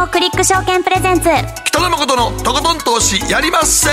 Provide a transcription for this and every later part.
GMO クリック証券プレゼンツ北野誠のとことん投資やりまっせ。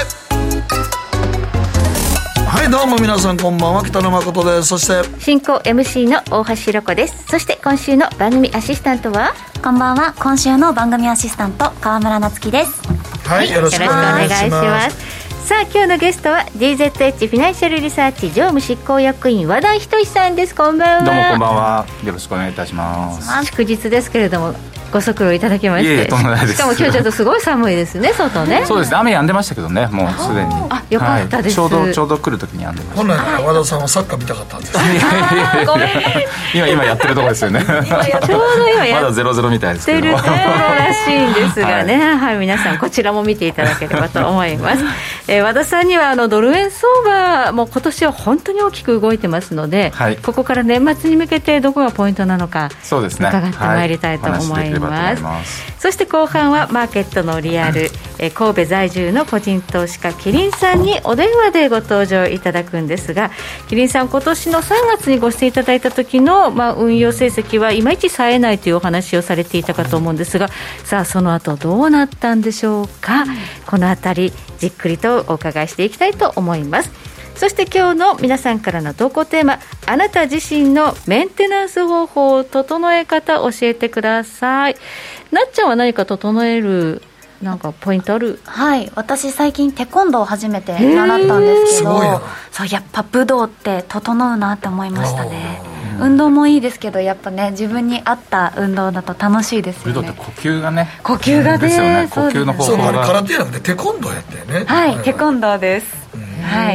はいどうも皆さんこんばんは、北野誠です。そして進行 MC の大橋ひろ子です。そして今週の番組アシスタントは、 こんばんは、今週の番組アシスタント川村夏樹です。 はい、よろしくお願いします。 さあ今日のゲストは DZH フィナンシャルリサーチ常務執行役員和田仁さんです。こんばんは。 どうもこんばんは、よろしくお願いいたします。 祝日ですけれどもご足労いただきまして。 いえいえ、とんでもないです。 しかも今日ちょっとすごい寒いですね、外ね。 そうですね、雨止んでましたけどね、もうすでに。 あ、よかったです、 はい、ちょうど来る時に止んでました。 本来なら和田さんはサッカー見たかったんです。 ごめん今やってるところですよね。 ちょうど今やってるまだ 0-0 みたいですけどところらしいんですがね、はい、皆さんこちらも見ていただければと思います。和田さんにはドル円相場も今年は本当に大きく動いてますので、はい、ここから年末に向けてどこがポイントなのか、そうですね、伺ってまいりたいと思います。そして後半はマーケットのリアル、神戸在住の個人投資家キリンさんにお電話でご登場いただくんですが、キリンさん今年の3月にご出演いただいた時の、運用成績はいまいち冴えないというお話をされていたかと思うんですが、さあその後どうなったんでしょうか。このあたりじっくりとお伺いしていきたいと思います。そして今日の皆さんからの投稿テーマ、あなた自身のメンテナンス方法、整え方教えてください。なっちゃんは何か整えるなんかポイントある？ はい、私最近テコンドーを初めて習ったんですけど、そうやっぱ武道って整うなって思いましたね。運動もいいですけどやっぱね、自分に合った運動だと楽しいですよね。 武道って呼吸がね、 呼吸がね、 ですよね、呼吸の方法が。 そう、空手じゃなくてテコンドーやったよね。 はい、テコンドーです。はい。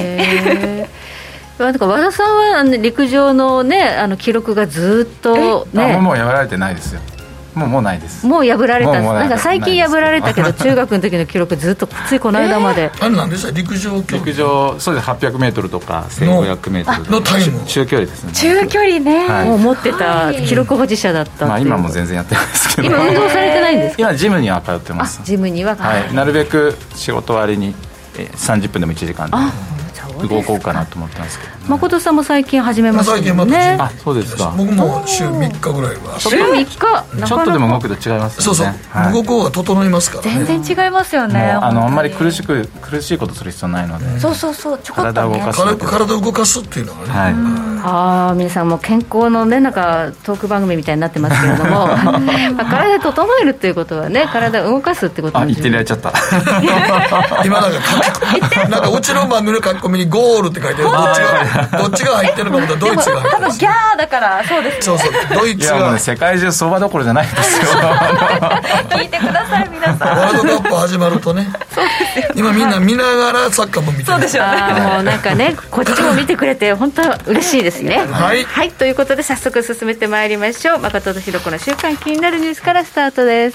なんか和田さんは陸上のね、記録がずっとね、 もうやめられてないですよ。もうないです。 もう破られたんです。なんか最近破られたけど中学の時の記録ずっとついこの間まで、 あれなんでした？陸上そうです。800メートルとか1500メートルのタイム、 中距離ですね。 中距離ね、 はい、もう持ってた記録保持者だったっていう。 今も全然やってないですけど。 今運動されてないんですか？ 今ジムには通ってます。 ジムには、 はい、なるべく仕事終わりに30分でも1時間で動こうかなと思ってますけど、ね、 誠さんも最近始めましたよね。 あ、そうですか。 僕も週3日ぐらいは。 週3日ちょっとでも動くと違いますよね。 そうそう、はい、動こうが整いますからね。 全然違いますよね。 あんまり苦しいことする必要ないので、 そうちょこっと、ね、 体を動かすっていうのがね、 はい、 皆さんも健康のね、なんかトーク番組みたいになってますけれども体整えるっていうことはね、体を動かすってことなんです。 言ってられちゃった今なんかうちの番組の書き込みにゴールって書いてる。どっちが入ってるのかとドイツが入ってる。 多分ギャーだからそうですね。 そうドイツが。 いやもうね、世界中相場どころじゃないですよ聞いてください皆さん。 ワールドカップ始まるとね、今みんな見ながらサッカーも見てる。 そうでしょうね。 もうなんかね、こっちも見てくれて本当は嬉しいですね。 はい、 はい、ということで早速進めてまいりましょう。誠とひろ子の週刊気になるニュースからスタートです。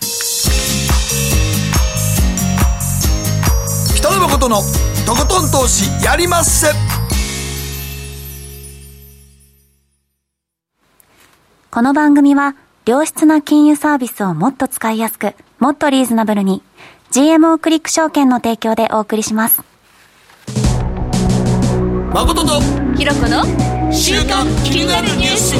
北野誠のとことん投資やりまっせ。 この番組は良質な金融サービスをもっと使いやすく、もっとリーズナブルに GMO クリック証券の提供でお送りします。 誠とひろ子の週刊気になるニュース。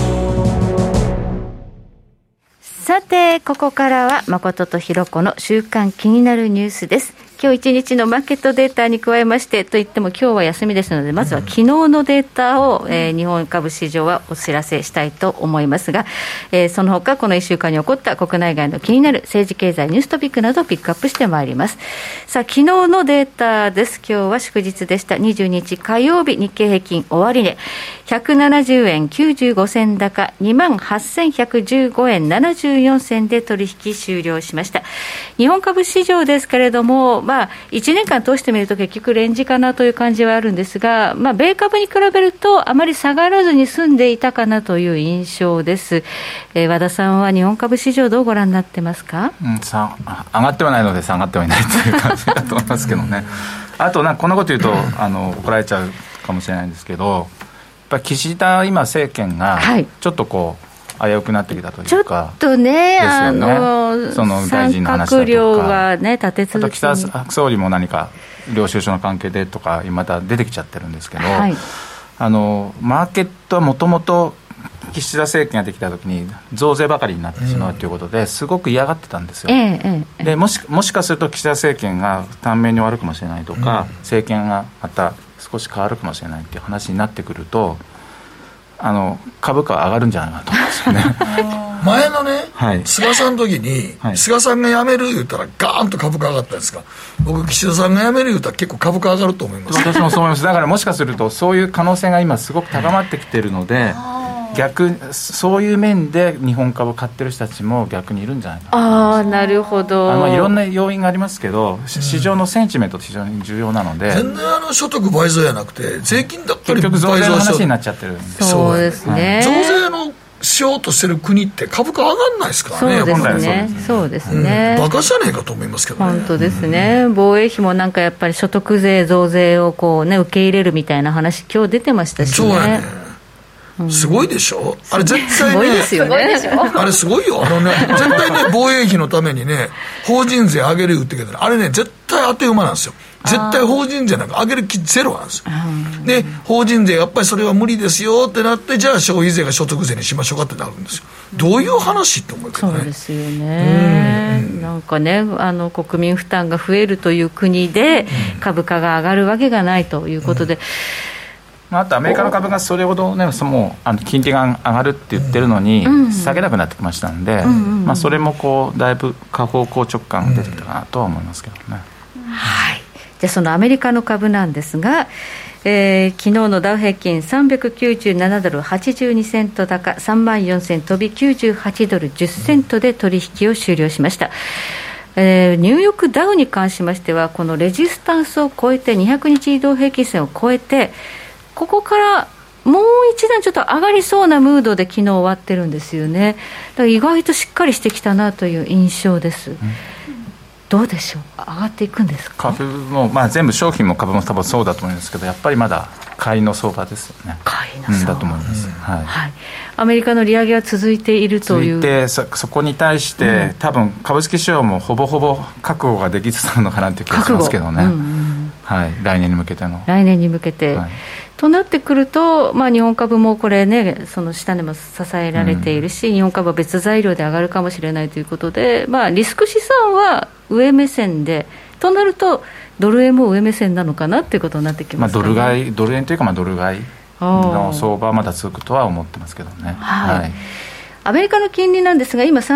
さてここからは誠とひろ子の週刊気になるニュースです。今日一日のマーケットデータに加えましてといっても今日は休みですので、まずは昨日のデータを、日本株市場はお知らせしたいと思いますが、その他この1週間に起こった国内外の気になる政治経済ニューストピックなどをピックアップしてまいります。さあ昨日のデータです。今日は祝日でした。22日火曜日、日経平均終値170円95銭高 28,115 円74銭で取引終了しました。日本株市場ですけれども、1年間通してみると結局レンジかなという感じはあるんですが、米株に比べるとあまり下がらずに済んでいたかなという印象です。和田さんは日本株市場どうご覧になってますか？ 上がってはないので下がってはいないという感じだと思いますけどねあとこんなこと言うと怒られちゃうかもしれないんですけど、やっぱり岸田今政権がちょっと危うくなってきたというか、 ちょっとね、 その大臣の話だとか、 参閣僚がね立て続けに、 あと岸田総理も何か領収書の関係でとかまた出てきちゃってるんですけど、マーケットはもともと岸田政権ができたときに増税ばかりになってしまうということですごく嫌がってたんですよ、でもしかすると岸田政権が短命に終わるかもしれないとか、政権がまた少し変わるかもしれないっていう話になってくると株価は上がるんじゃないかと思うんですよね前のね、菅さんの時に、菅さんが辞める言ったらガーンと株価上がったんですか。僕岸田さんが辞める言ったら結構株価上がると思います。 私もそう思います。だからもしかするとそういう可能性が今すごく高まってきているので、逆そういう面で日本株を買ってる人たちも逆にいるんじゃないかな。 なるほど。 いろんな要因がありますけど、市場のセンチメントって非常に重要なので、 全然所得倍増じゃなくて税金だったり結局増税の話になっちゃってるんで。 そうですね、 増税のしようとしてる国って株価上がんないですからね。 そうですね、 バカじゃねえかと思いますけどね。 本当ですね、防衛費もなんかやっぱり所得税増税をこう、ね、受け入れるみたいな話今日出てましたしね。 そうやね、すごいでしょあれ絶対ね。 すごいですよね。 あれすごいよ。絶対ね防衛費のためにね法人税上げる言ってけど、あれね絶対当て馬なんですよ。絶対法人税なんか上げる気ゼロなんですよ。で法人税やっぱりそれは無理ですよってなって、じゃあ消費税が所得税にしましょうかってなるんですよ。どういう話って思うけどね。 そうですよね、なんかね国民負担が増えるという国で株価が上がるわけがないということで、 あとアメリカの株がそれほど、ね、もう金利が上がるって言ってるのに下げなくなってきましたんで、それもこうだいぶ下方硬直感が出てきたかなとは思いますけどね。 はい、じゃあそのアメリカの株なんですが、昨日のダウ平均397ドル82セント高 34,000 飛び98ドル10セントで取引を終了しました。ニューヨークダウに関しましてはこのレジスタンスを超えて200日移動平均線を超えて、ここからもう一段ちょっと上がりそうなムードで昨日終わってるんですよね。だから意外としっかりしてきたなという印象です、どうでしょう、上がっていくんですか。 株も、全部商品も株も多分そうだと思うんですけど、やっぱりまだ買いの相場ですよね。 買いの相場、 だと思います、 アメリカの利上げは続いているという。 続いて そこに対して、多分株式市場もほぼほぼ覚悟ができつつあるのかなという気がしますけどね、来年に向けて、となってくると、日本株もこれね、その下値も支えられているし、日本株は別材料で上がるかもしれないということで、リスク資産は上目線で、となるとドル円も上目線なのかなということになってきますかね。 ドル円というかドル買いの相場はまだ続くとは思ってますけどね。 アメリカの金利なんですが今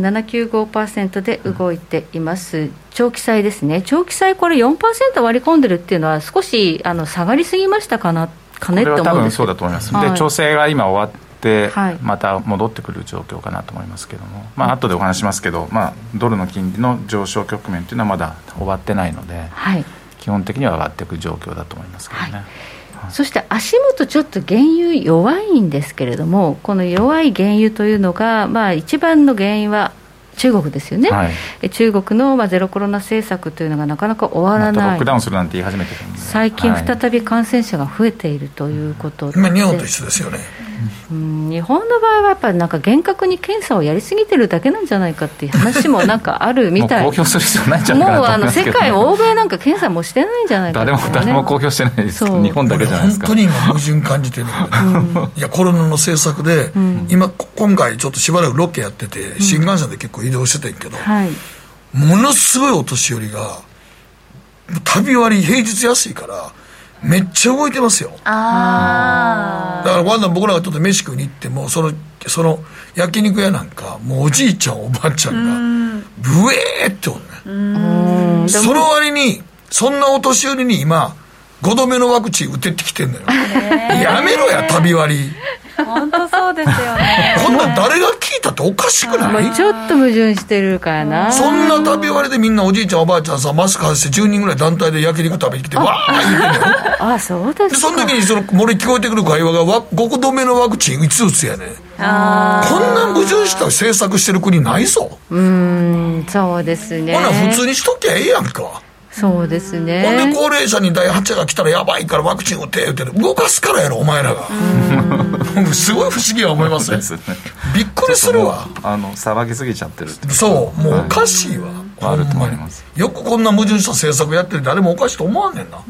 3.795% で動いています。長期債ですね。長期債これ 4% 割り込んでるっていうのは少し下がりすぎましたかねって思うんですけど。 これは多分そうだと思います、で調整が今終わってまた戻ってくる状況かなと思いますけども、後でお話しますけど、ドルの金利の上昇局面というのはまだ終わってないので、基本的には上がっていく状況だと思いますけどね。 そして足元ちょっと原油弱いんですけれども、この弱い原油というのが、一番の原因は中国ですよね、中国のゼロコロナ政策というのがなかなか終わらない、 ロックダウンするなんて言い始めてるんで、 最近再び感染者が増えているということで、 日本と一緒ですよね。 日本の場合はやっぱり厳格に検査をやりすぎてるだけなんじゃないかっていう話もあるみたいもう公表する必要ないんじゃないかなと思いますけど、 世界欧米なんか検査もしてないんじゃないかって、 誰も公表してないですけど、日本だけじゃないですか。 本当に今矛盾感じてるんだけど、いやコロナの政策で、今回ちょっとしばらくロケやってて、新幹線で結構移動してたんけど、ものすごいお年寄りが旅割平日安いからめっちゃ動いてますよ。だから僕らがちょっと飯食いに行っても、その焼肉屋なんかもうおじいちゃんおばあちゃんがブエーっておんねん。その割にそんなお年寄りに今5度目のワクチン打てってきてんのよ。やめろや旅割。 本当そうですよね。 こんなん誰が聞いたっておかしくない？ ちょっと矛盾してるからな。 そんな旅割でみんなおじいちゃんおばあちゃんさマスク外して10人ぐらい団体で焼肉食べに来てわー言ってんのよ。 そうですか。 でその時に漏れ聞こえてくる会話が5度目のワクチンいつ打つやねん。こんな矛盾した政策してる国ないぞ。 そうですね。 ほな普通にしときゃええやんか。 そうですね。 ほんで高齢者に第8波が来たらやばいからワクチン打て言って動かすからやろお前らが。すごい不思議は思いますね。びっくりするわ。 騒ぎすぎちゃってるってそうもうおかしいわ、 あると思います。 よくこんな矛盾した政策やってる誰もおかしいと思わんねんな。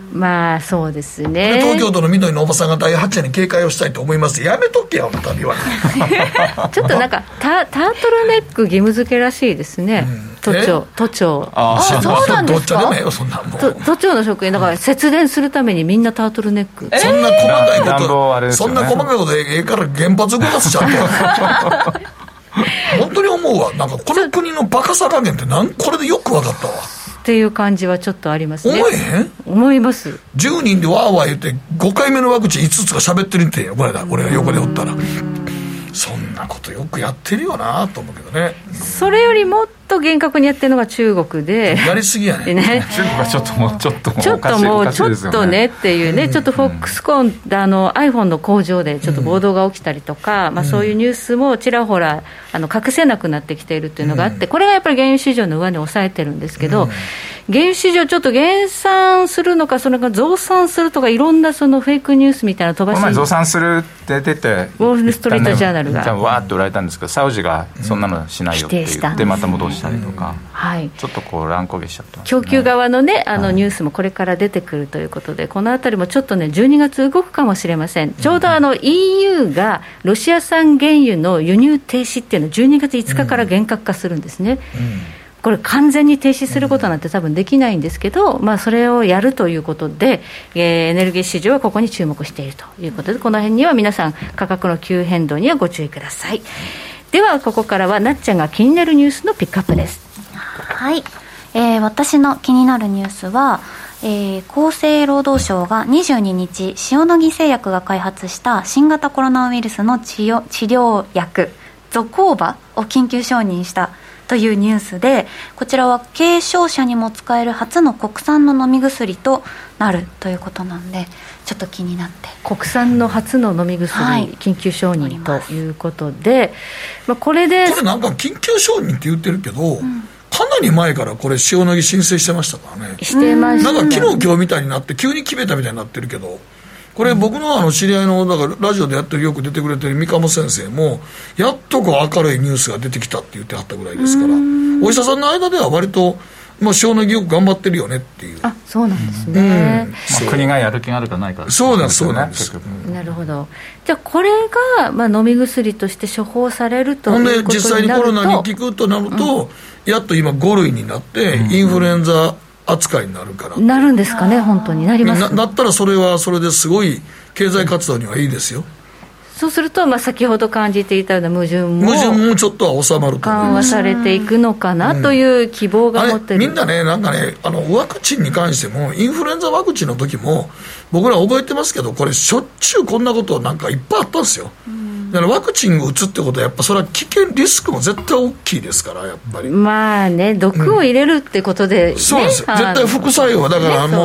まあそうですね。 で東京都の緑のおばさんが第8夜に警戒をしたいと思います。やめとけよ、また言われちょっとなんかタートルネック義務付けらしいですね、都庁。 そうなんですか。 どっちでもええよ、そんなもん。 都庁の職員だから節電するためにみんなタートルネック、 そんな細かいこと、そんな細かいことええから原発動かすじゃん本当に思うわ。なんかこの国のバカさ加減ってこれでよく分かったわっていう感じはちょっとありますね。 思えへん？ 思います。 10人でワーワー言って5回目のワクチン5つか喋ってるってよ、これだ。俺が横でおったらそんなことよくやってるよなと思うけどね。 それよりもっと厳格にやってるのが中国で、 やりすぎやね中国はちょっともうちょっとねっていうね、ちょっとフォックスコンでiPhone の工場でちょっと暴動が起きたりとか、そういうニュースもちらほら隠せなくなってきているっていうのがあって、これがやっぱり原油市場の上に抑えてるんですけど、原油市場ちょっと減産するのか、それから増産するとか、いろんなそのフェイクニュースみたいな飛ばし、 この前増産するって出て、 ウォール・ストリート・ジャーナルがわーっと売られたんですけど、サウジがそんなのしないよって言ってまた戻したりとか、ちょっとこう乱高下しちゃってますね。 供給側のねニュースもこれから出てくるということで、このあたりもちょっとね12月動くかもしれません。ちょうどEU がロシア産原油の輸入停止っていうのを12月5日から厳格化するんですね。これ完全に停止することなんて多分できないんですけど、それをやるということで、エネルギー市場はここに注目しているということで、この辺には皆さん価格の急変動にはご注意ください。ではここからはなっちゃんが気になるニュースのピックアップです。 はい、私の気になるニュースは、厚生労働省が22日塩野義製薬が開発した新型コロナウイルスの治療薬ゾコーバを緊急承認したというニュースで、こちらは軽症者にも使える初の国産の飲み薬となるということなんで、ちょっと気になって。 国産の初の飲み薬、緊急承認ということで、これなんか緊急承認って言ってるけど、かなり前からこれ塩野義申請してましたからね。 してました。 なんか昨日今日みたいになって急に決めたみたいになってるけど、これ僕の知り合いのだからラジオでやってるよく出てくれてる三鴨先生もやっとこう明るいニュースが出てきたって言ってはったぐらいですから、お医者さんの間では割と塩野義よく頑張ってるよねっていう。 そうなんですね。 国がやる気があるかないか、 そうなんです。 なるほど。じゃあこれが飲み薬として処方されるということになると、 実際にコロナに効くとなると、やっと今5類になってインフルエンザ扱いになるから、 なるんですかね。本当になります。 なったらそれはそれですごい経済活動にはいいですよ。 そうすると、先ほど感じていたような矛盾もちょっとは収まると緩和されていくのかなという希望が持ってる。 みんなね、なんかね、ワクチンに関してもインフルエンザワクチンの時も僕ら覚えてますけど、これしょっちゅうこんなことなんかいっぱいあったんですよ。だからワクチンを打つってことはやっぱそれは危険リスクも絶対大きいですから、やっぱり毒を入れるってことで、 そうですよ。絶対副作用はだからフ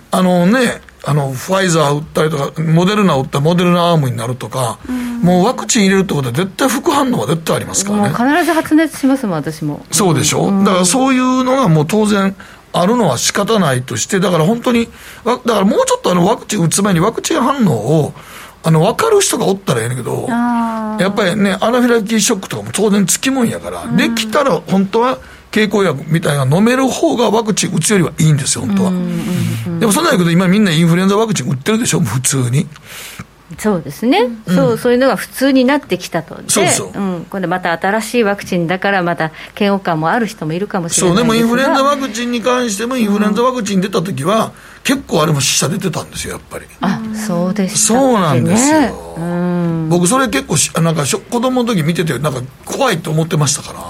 ァイザー打ったりとかモデルナ打ったらモデルナアームになるとか、もうワクチン入れるってことは絶対副反応は絶対ありますからね。 もう必ず発熱しますもん、私も。 そうでしょ。だからそういうのがもう当然あるのは仕方ないとして、だから本当にだからもうちょっとワクチン打つ前にワクチン反応を分かる人がおったらええねんけど、やっぱりねアナフィラキーショックとかも当然つきもんやから、できたら本当は経口薬みたいな飲める方がワクチン打つよりはいいんですよ本当は。でもそんなんやけど今みんなインフルエンザワクチン打ってるでしょ普通に。 そうですね、そういうのが普通になってきたと。でこれまた新しいワクチンだからまた嫌悪感もある人もいるかもしれないですが、 でもインフルエンザワクチンに関してもインフルエンザワクチン出た時は、結構あれも死者出てたんですよやっぱり。 そうでしたっけね。 そうなんですよ。僕それ結構なんか子供の時見ててなんか怖いと思ってましたから。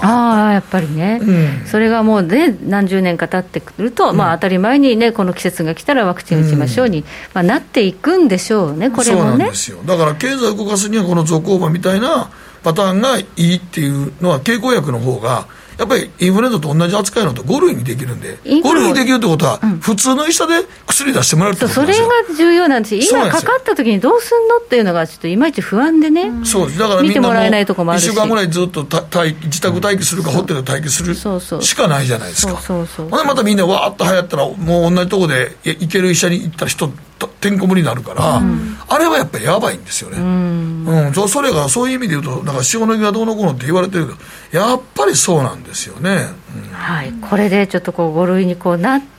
やっぱりね、それがもうね何十年か経ってくると、当たり前にねこの季節が来たらワクチン打ちましょうに、なっていくんでしょうね。これもね。そうなんですよ。だから経済を動かすにはこのゾコーバみたいなパターンがいいっていうのは、経口薬の方がやっぱりインフルエンザと同じ扱いのと5類にできるんで、5類にできるってことは、普通の医者で薬出してもらえるってことなんですよ。 それが重要なんですよ。今かかった時にどうすんのっていうのがちょっといまいち不安でね、 そうです。だからみんなも1 週間ぐらいずっと自宅待機するかホテルで待機するしかないじゃないですか。またみんなわーっと流行ったらもう同じとこで行ける医者に行ったら人てんこ盛りになるから、あれはやっぱりやばいんですよね。それがそういう意味で言うとなんか塩野義がどうのこうのって言われてるけど、やっぱりそうなんですよね。 これでちょっと5類になっ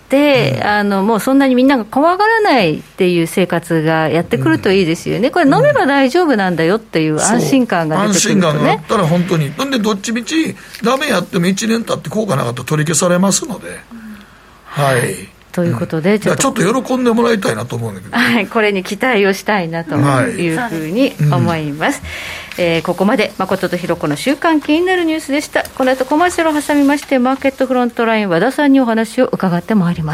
て、もうそんなにみんなが怖がらないっていう生活がやってくるといいですよね。これ飲めば大丈夫なんだよっていう安心感が出てくるとね。 安心感があったら本当に。なんでどっちみちダメやっても1年経って効果なかったら取り消されますので、はい。 ということで、 ちょっと喜んでもらいたいなと思うんだけど、 はい、これに期待をしたいなというふうに思います。ここまで誠とひろ子の週刊気になるニュースでした。この後コマーシャルを挟みまして、マーケットフロントライン和田さんにお話を伺ってまいります。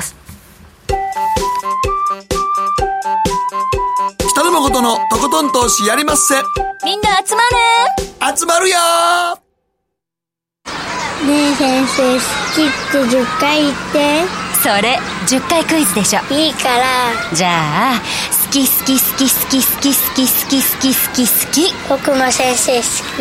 北野誠のとことん投資やりまっせ。 みんな集まる。 集まるよー。ねえ先生、好きって10回言って。 それ10回クイズでしょ。 いいから。 じゃあ、好き好き好き好き好き好き好き好き好き好き。 僕も先生好き。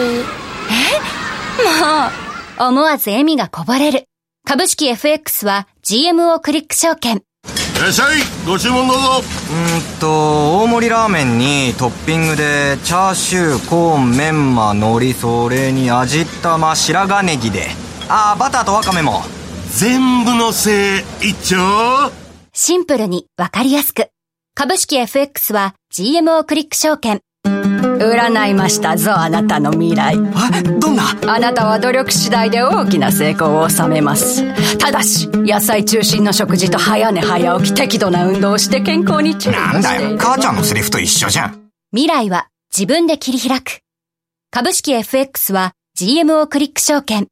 もう思わず笑みがこぼれる。株式 FX は GMO クリック証券。 いらっしゃい、ご注文どうぞ。 大盛りラーメンにトッピングでチャーシュー、コーン、メンマ、海苔、それに味玉、白髪ネギで、バターとワカメも全部のせい一丁。 シンプルにわかりやすく。株式 FX は GMO クリック証券。 占いましたぞ、あなたの未来。 どんな？ あなたは努力次第で大きな成功を収めます。ただし野菜中心の食事と早寝早起き、適度な運動をして健康に注意して。 なんだよ、母ちゃんのセリフと一緒じゃん。 未来は自分で切り開く。株式 FX は GMO クリック証券。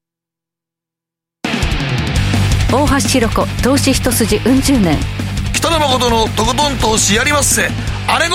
大橋ひろ子、投資一筋うん十年。 北野誠のとことん投資やりまっせ。あれごー。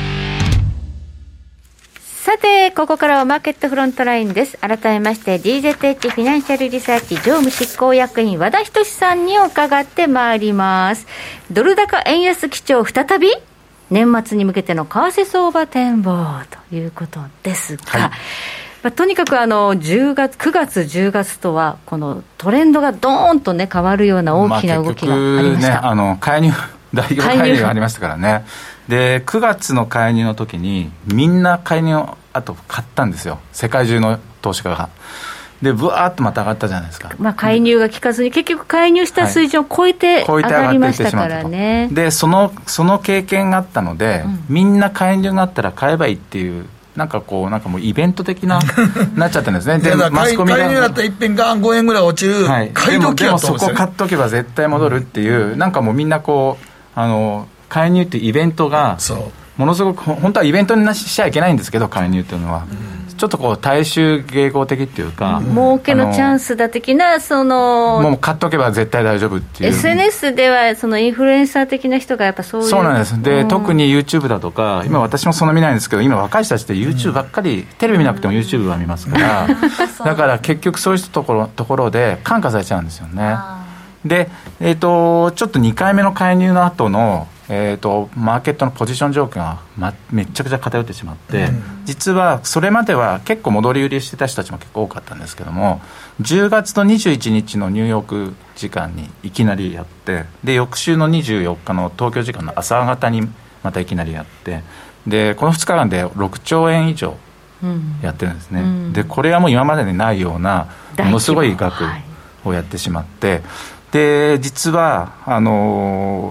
さて、ここからはマーケットフロントラインです。改めまして DZH フィナンシャルリサーチ常務執行役員和田仁さんに伺ってまいります。ドル高円安基調再び、年末に向けての為替相場展望ということですが、とにかく9月10月とはこのトレンドがドーンとね変わるような大きな動きがありました。 ね、介入大規模介入がありましたからね。で9月の介入の時にみんな介入をあと買ったんですよ、世界中の投資家が。でブワーッとまた上がったじゃないですか。 介入が効かずに結局介入した水準を超えて上がりましたからね。 でその経験があったので、みんな介入があったら買えばいいっていうなんかもうイベント的ななっちゃったんですね。でマスコミが介入だったら一遍ガン5円ぐらい落ちる、買い時やと思うんですよね。 でもそこ買っとけば絶対戻るっていう、なんかもうみんな介入っていうイベントがものすごく本当はイベントにしちゃいけないんですけど、介入っていうのは、ちょっと大衆迎合的っていうか、 儲けのチャンスだ的なもう買っとけば絶対大丈夫っていう。 SNS ではそのインフルエンサー的な人がやっぱそうなんです。で、特に YouTube だとか、今私もそんな見ないんですけど、今若い人たちって YouTube ばっかり、テレビ見なくても YouTube は見ますからだから結局そういうところで感化されちゃうんですよね。で、ちょっと2回目の介入の後のマーケットのポジション状況が、めちゃくちゃ偏ってしまって、実はそれまでは結構戻り売りしてた人たちも結構多かったんですけども、10月の21日のニューヨーク時間にいきなりやって、で翌週の24日の東京時間の朝方にまたいきなりやって、でこの2日間で6兆円以上やってるんですね。でこれはもう今までにないようなものすごい額をやってしまって、で実はその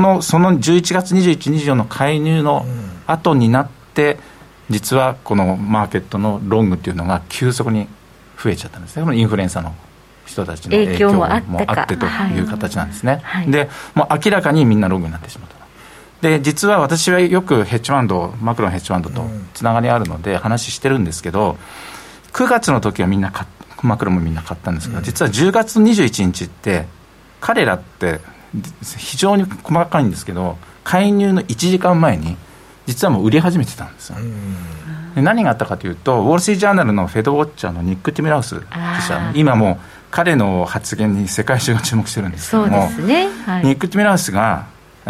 11月21、24の介入の後になって、実はこのマーケットのロングっていうのが急速に増えちゃったんですね。このインフルエンサーの人たちの影響もあってという形なんですね。でもう明らかにみんなロングになってしまった。で実は私はよくヘッジファンド、マクロのヘッジファンドとつながりあるので話してるんですけど、9月の時はみんなマクロもみんな買ったんですが、実は10月21日って彼らって非常に細かいんですけど、介入の1時間前に実はもう売り始めてたんですよ。で何があったかというと、ウォール・ストリート・ジャーナルのフェドウォッチャーのニック・ティムラウス記者、今もう彼の発言に世界中が注目してるんですけども、 そうですね、はい、 ニック・ティムラウスが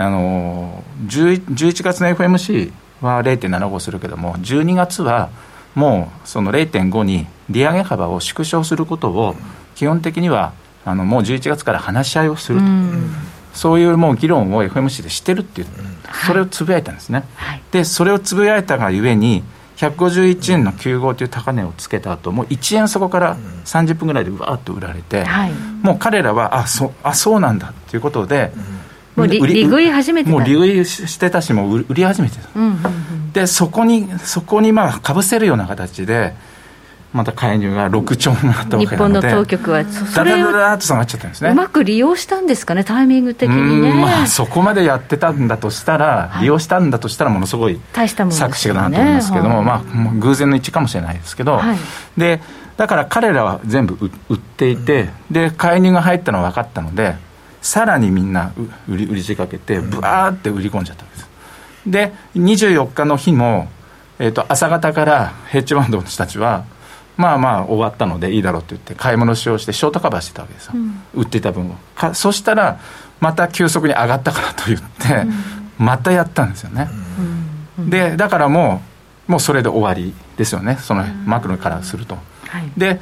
11月の FMC は 0.75 するけども、12月はもうその 0.5 に利上げ幅を縮小することを基本的にはもう11月から話し合いをすると、そういうもう議論を FMC でしてるっていう、それをつぶやいたんですね、はい、でそれをつぶやいたがゆえに 151円の95という高値をつけた後もう1円そこから30分ぐらいでうわーっと売られて、もう彼らはそうなんだということで、 もう利食い始めてた、 もう利食いしてたし、もう売り始めてた、でそこにまあかぶせるような形でまた介入が6兆円あったわけなので、 日本の当局はそれをだーっと下がっちゃったんですね。 うまく利用したんですかね、タイミング的にね。 まあ、そこまでやってたんだとしたら、利用したんだとしたらものすごい作詞だなと思いますけども、まあ、もう偶然の一致かもしれないですけど、でだから彼らは全部売っていて、で介入が入ったのは分かったので、さらにみんな売り仕掛けてブワーって売り込んじゃったわけです。で24日の日も、朝方からヘッジファンドの人たちはまあまあ終わったのでいいだろうと言って買い戻しをしてショートカバーしてたわけですよ、売っていた分をそしたらまた急速に上がったからと言って、またやったんですよね、でだからもうそれで終わりですよね、そのマクロからすると、で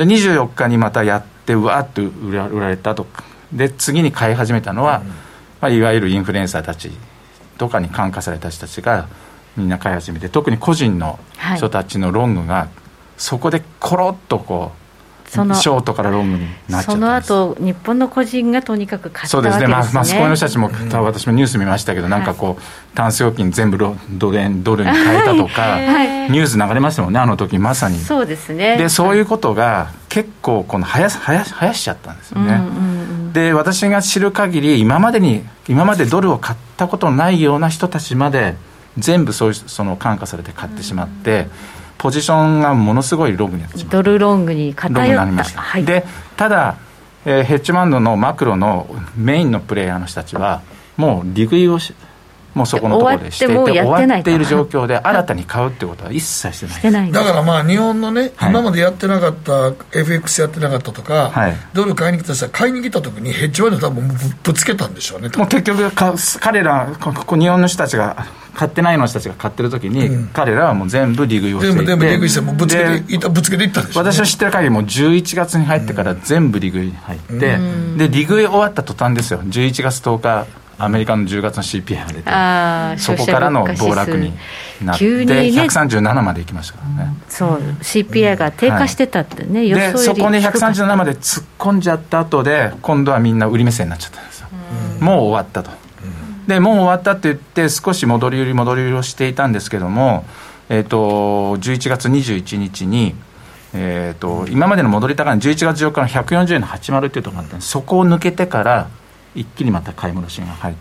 24日にまたやってうわーっと売られたとかで、次に買い始めたのは、まあ、いわゆるインフルエンサーたちとかに感化された人たちがみんな買い始めて、特に個人の人たちのロングがそこでコロッとこうショートからロングになっちゃったんです。 その後日本の個人がとにかく買ったわけですね。 そうですね、マスコミの人たちも、私もニュース見ましたけど、なんかこうタンス預金全部ドルに変えたとか、ニュース流れましたもんね、あの時まさに。 そうですね。 でそういうことが結構この生やしちゃったんですよね、で私が知る限り今までドルを買ったことのないような人たちまで全部その感化されて買ってしまって、ポジションがものすごいロングになってしまった。 ドルロングに偏った。 ロングになりました、でただ、ヘッジファンドのマクロのメインのプレイヤーの人たちはもう利食いをもうそこのところでしていて終わっている状況で新たに買うってことは一切してない。 だからまあ日本のね、今までやってなかった FX やってなかったとか、ドル買いに来た人は買いに来た時にヘッジファンド多分ぶつけたんでしょうね。 もう結局彼ら日本の人たちが買ってないの人たちが買ってる時に、彼らはもう全部利食いをしていて、 全部利食いしてもぶつけていったんでしょうね。 私の知ってる限りもう11月に入ってから全部利食いに入って、で利食い終わった途端ですよ、11月10日アメリカの10月の CPI が出て、そこからの暴落になって、137まで行きましたからね。 そう CPI が低下してたってね、予想よりでそこに137まで突っ込んじゃった後で今度はみんな売り目線になっちゃったんですよ、もう終わったと、でもう終わったって言って少し戻り売りをしていたんですけども、11月21日に、今までの戻り高値11月4日の140円の80っていうところがあったんです。そこを抜けてから一気にまた買い戻しが入って、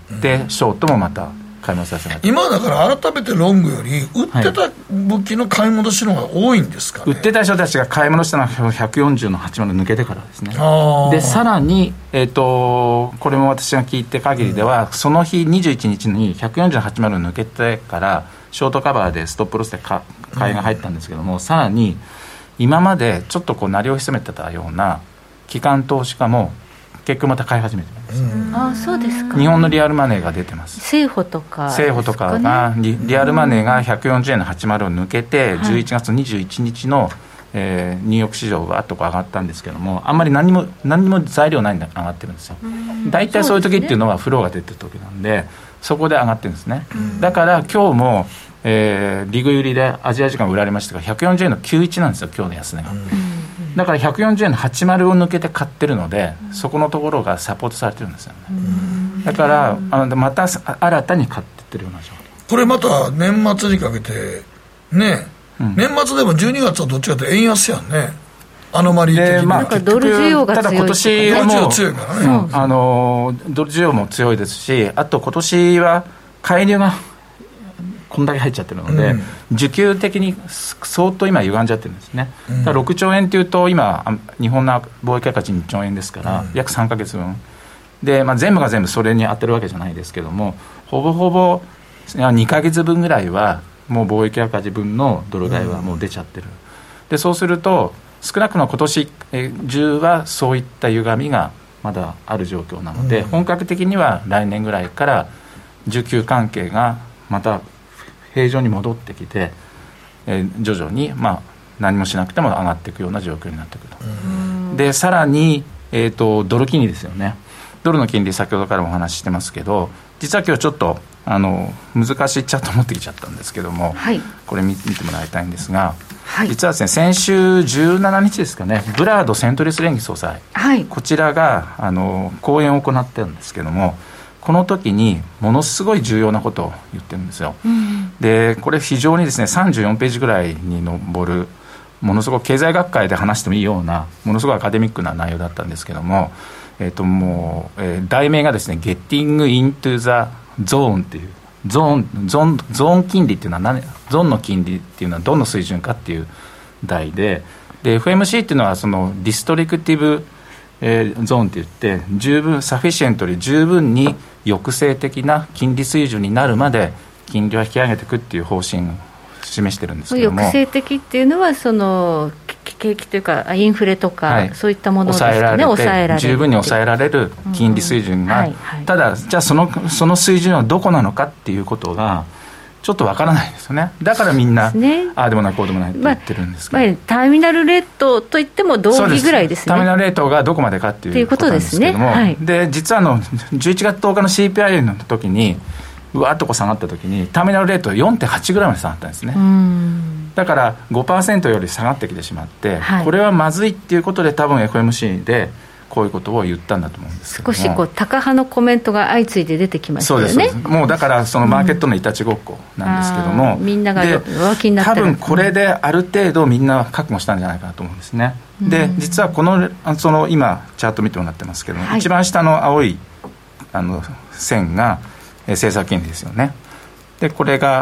ショートもまた買い戻しが入って、 今だから改めてロングより売ってた武器の買い戻しの方が多いんですかね。 売ってた人たちが買い戻したのは140の80抜けてからですね。でさらに、これも私が聞いて限りでは、その日21日に140の80抜けてからショートカバーでストップロスで買いが入ったんですけども、さらに今までちょっとこう鳴りを潜めてたような機関投資家も結局また買い始めてます、 そうですか。 日本のリアルマネーが出てます。 政府とかがリアルマネーが140円の80を抜けて、11月21日の、ニューヨーク市場はあっとこう上がったんですけども、あんまり何も材料ないんで上がってるんですよ。大体そういう時っていうのはフローが出てる時なんで、そこで上がってるんですね。だから今日も、利食い売りでアジア時間売られましたが140円の91なんですよ、今日の安値が。だから140円の80を抜けて買ってるので、そこのところがサポートされてるんですよね。だからまた新たに買ってってるような状況。 これまた年末にかけてね、年末でも12月はどっちかというと円安やんね、アノマリー的に。 なんかドル需要が強い。 ただ今年はもう強いからね、 ドル需要も強いですし、あと今年は介入がこんだけ入っちゃってるので、需給的に相当今歪んじゃってるんですね。だから6兆円というと今日本の貿易赤字2兆円ですから、約3ヶ月分で、全部が全部それに当てるわけじゃないですけども、ほぼほぼ2ヶ月分ぐらいはもう貿易赤字分のドル買いはもう出ちゃってる。でそうすると少なくとも今年中はそういった歪みがまだある状況なので、本格的には来年ぐらいから需給関係がまた平常に戻ってきて、徐々に、何もしなくても上がっていくような状況になってくると。でさらに、ドル金利ですよね。ドルの金利先ほどからもお話ししてますけど、実は今日ちょっと難しいチャート持ってきちゃったんですけども、はい、これ見てもらいたいんですが、はい、実はですね先週17日ですかね、ブラードセントリス連議総裁、はい、こちらが講演を行ってるんですけども、この時にものすごい重要なことを言ってるんですよ、うん、でこれ非常にですね34ページぐらいに上るものすごく経済学会で話してもいいようなものすごいアカデミックな内容だったんですけども、題名がですね Getting into the Zone っていうゾーン金利っていうのはゾーンの金利っていうのはどの水準かっていう題で、FMC っていうのはそのディストリクティブゾーンって言って十分サフィシエントに十分に抑制的な金利水準になるまで金利を引き上げていくっていう方針を示してるんですけども、 抑制的っていうのはその景気というかインフレとか、はい、そういったものですかね、抑えられる十分に抑えられる金利水準が、はいはい、ただじゃあその水準はどこなのかっていうことがちょっとわからないですよね。だからみんな、ああでもないこうでもないって言ってるんですけど、 ターミナルレートといっても同義ぐらいですね。 ターミナルレートがどこまでかっていうことなんですけども、はい、で実は11月10日の CPI の時にうわっとこう下がった時にターミナルレート 4.8 ぐらいまで下がったんですね。だから 5% より下がってきてしまって、はい、これはまずいっていうことで多分 FMC でこういうことを言ったんだと思うんですけども、 少しタカ派のコメントが相次いで出てきましたよね。 そうですもうだからそのマーケットのいたちごっこなんですけども、 みんなが弱気になってる。 多分これである程度みんな覚悟したんじゃないかなと思うんですね。で実はその今チャート見てもらってますけども、はい、一番下の青い線が政策金利ですよね。でこれが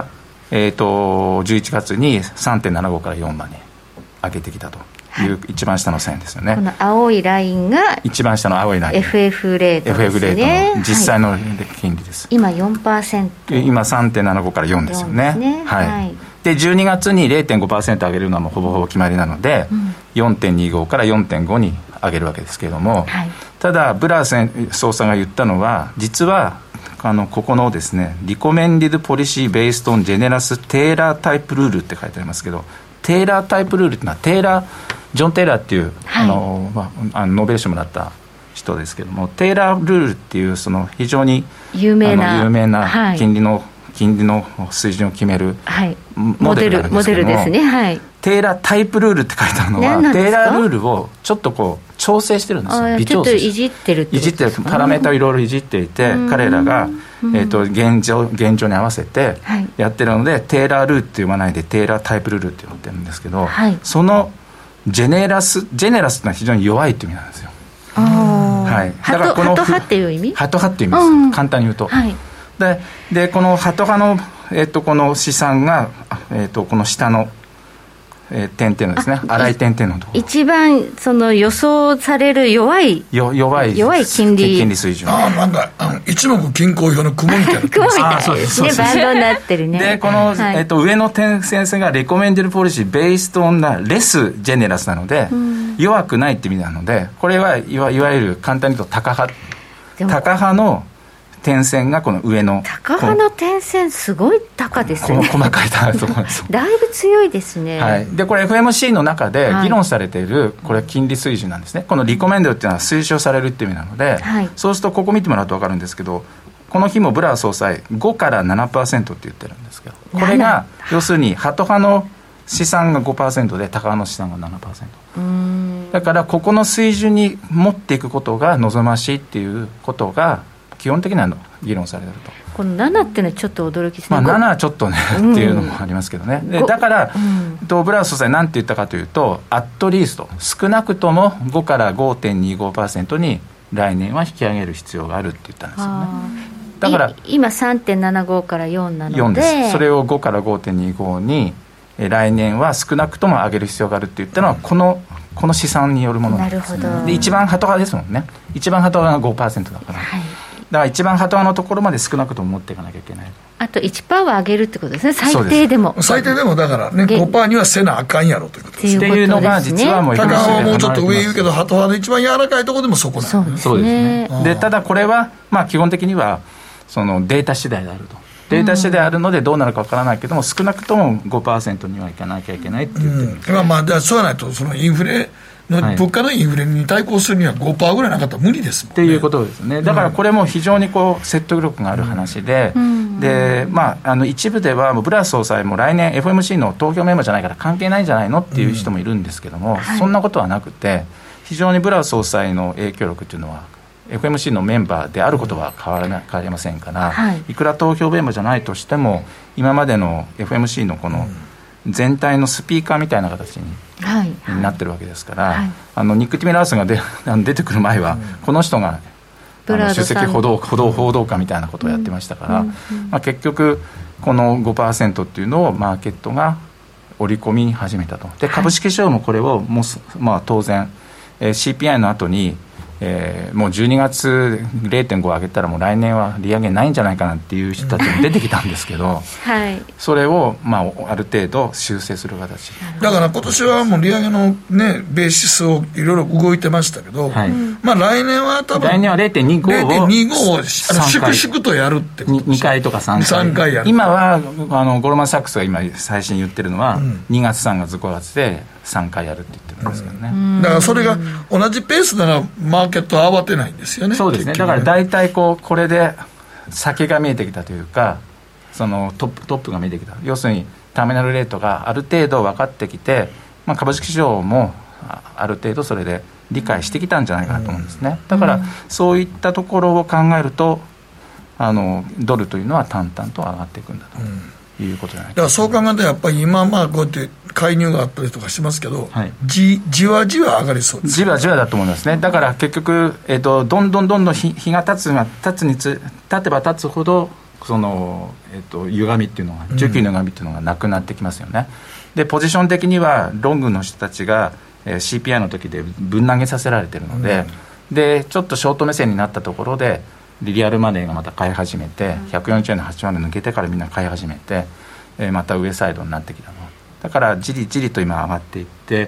11月に 3.75 から4まで上げてきたという一番下の線ですよね。 この青いラインが一番下の青いライン FF レートですね。 FF レートの実際の金利です、 はい、今 4%、 今 3.75 から4ですよね。はい、で12月に 0.5% 上げるのはもうほぼほぼ決まりなので、4.25 から 4.5 に上げるわけですけれども、はい、ただブラー総裁が言ったのは実はここのですねリコメンディドポリシーベーストンジェネラステイラータイプルールって書いてありますけど、テイラータイプルールっていうのはジョン・テイラーっていう、はい、ノーベル賞もらった人ですけども、テイラールールっていうその非常に有名な金利の水準を決めるモデルがあるんですけども、 ですね、はい、 テイラータイプルールって書いてあるのはテイラールールをちょっとこう調整してるんですよ。微調整ちょっといじってるってことですか。 パラメータをいろいろいじっていて、彼らが、現状に合わせてやってるので、はい、テイラールールって呼ばないでテイラータイプルールって呼ってるんですけど、はい、そのジェネラスっていうのは非常に弱いっていう意味なんですよ。はい、だからこのハト派っていう意味？ ハト派っていう意味です、簡単に言うと、はい、でこのハト派の、この試算が、この下の点々のですね、粗い点々のところ一番その予想される弱い金利水準。 なんか一目均衡表の雲みたいな雲みたいそうですでバンドになってるね。 でこの、はい、上の点線がレコメンデルポリシーベーストンなレスジェネラスなので、弱くないって意味なので、これはいわゆる簡単に言うとタカ派の点線がこの上の高派の点線すごい高ですね。 細かいところですだいぶ強いですね。 はい、でこれ FMC の中で議論されている、これ金利水準なんですね。このリコメンドっていうのは推奨されるっていう意味なので、はい、そうするとここ見てもらうと分かるんですけど、この日もブラー総裁5から 7% って言ってるんですけど、これが要するにハト派の資産が 5% でタカ派の資産が 7%。だからここの水準に持っていくことが望ましいっていうことが基本的には議論されていると。 この7っていうのはちょっと驚きですね。 7はちょっとね、っていうのもありますけどね。でだから、ブラウス総裁何て言ったかというと、アットリースト少なくとも5から 5.25% に来年は引き上げる必要があるって言ったんですよね。だから今 3.75 から4なので 4です。それを5から 5.25 に来年は少なくとも上げる必要があるって言ったのはこの試算によるものなんですね。 なるほど。 で一番ハト派ですもんね。一番ハト派が 5% だから、はい、だから一番ハト派のところまで少なくとも持っていかなきゃいけない。 あと 1% は上げるってことですね。最低でも最低でもだからね 5% にはせなあかんやろということです。 っていうのが実はもう高派はもうちょっと上言うけどハト派の一番柔らかいところでもそこなんですね。 そうですね。でただこれはまあ基本的にはそのデータ次第であると。データ次第あるのでどうなるかわからないけども、少なくとも 5% にはいかなきゃいけないって言ってる。 まあじゃあそうじゃないとそのインフレの、はい、物価のインフレに対抗するには 5% ぐらいなかったら無理ですもんね。 っていうことですね。だからこれも非常にこう説得力がある話で、 で、一部ではブラス総裁も来年 FOMC の投票メンバーじゃないから関係ないんじゃないのっていう人もいるんですけども、そんなことはなくて、非常にブラス総裁の影響力というのはFOMC のメンバーであることは変わりませんから、いくら投票メンバーじゃないとしても今までの FOMC のこの全体のスピーカーみたいな形になってるわけですから、ニック・ティメラースが出てくる前は、この人が首席報道家みたいなことをやってましたから、結局この 5% っていうのをマーケットが織り込み始めたと。で、株式市場もこれをもう、当然、CPI の後にもう12月 0.5 上げたらもう来年は利上げないんじゃないかなっていう人たちも出てきたんですけど、それをある程度修正する形だから今年はもう利上げの、ベーシスをいろいろ動いてましたけど、来年は多分来年は 0.25 を粛々とやるってこと 2回とか3回やる。今はゴールドマン・サックスが今最新言ってるのは、2月3月5月で3回やるって言ってるんですけどね、 だからそれが同じペースならマーケットは慌てないんですよね。 そうですね。だから大体これで先が見えてきたというか、そのトップが見えてきた。要するにターミナルレートがある程度分かってきて、株式市場もある程度それで理解してきたんじゃないかなと思うんですね。だからそういったところを考えるとドルというのは淡々と上がっていくんだということじゃないか。 だからそう考えるとやっぱり今こうやって介入があったりとかしますけど、じわじわ上がりそうです。 じわじわだと思いますね。だから結局、どんどん日が経てば経つほどその、歪みっていうのが需給の歪みっていうのがなくなってきますよね。でポジション的にはロングの人たちが、CPI の時でぶん投げさせられているので、でちょっとショート目線になったところでリアルマネーがまた買い始めて、140円の8万で抜けてからみんな買い始めて、また上サイドになってきたのだからじりじりと今上がっていって、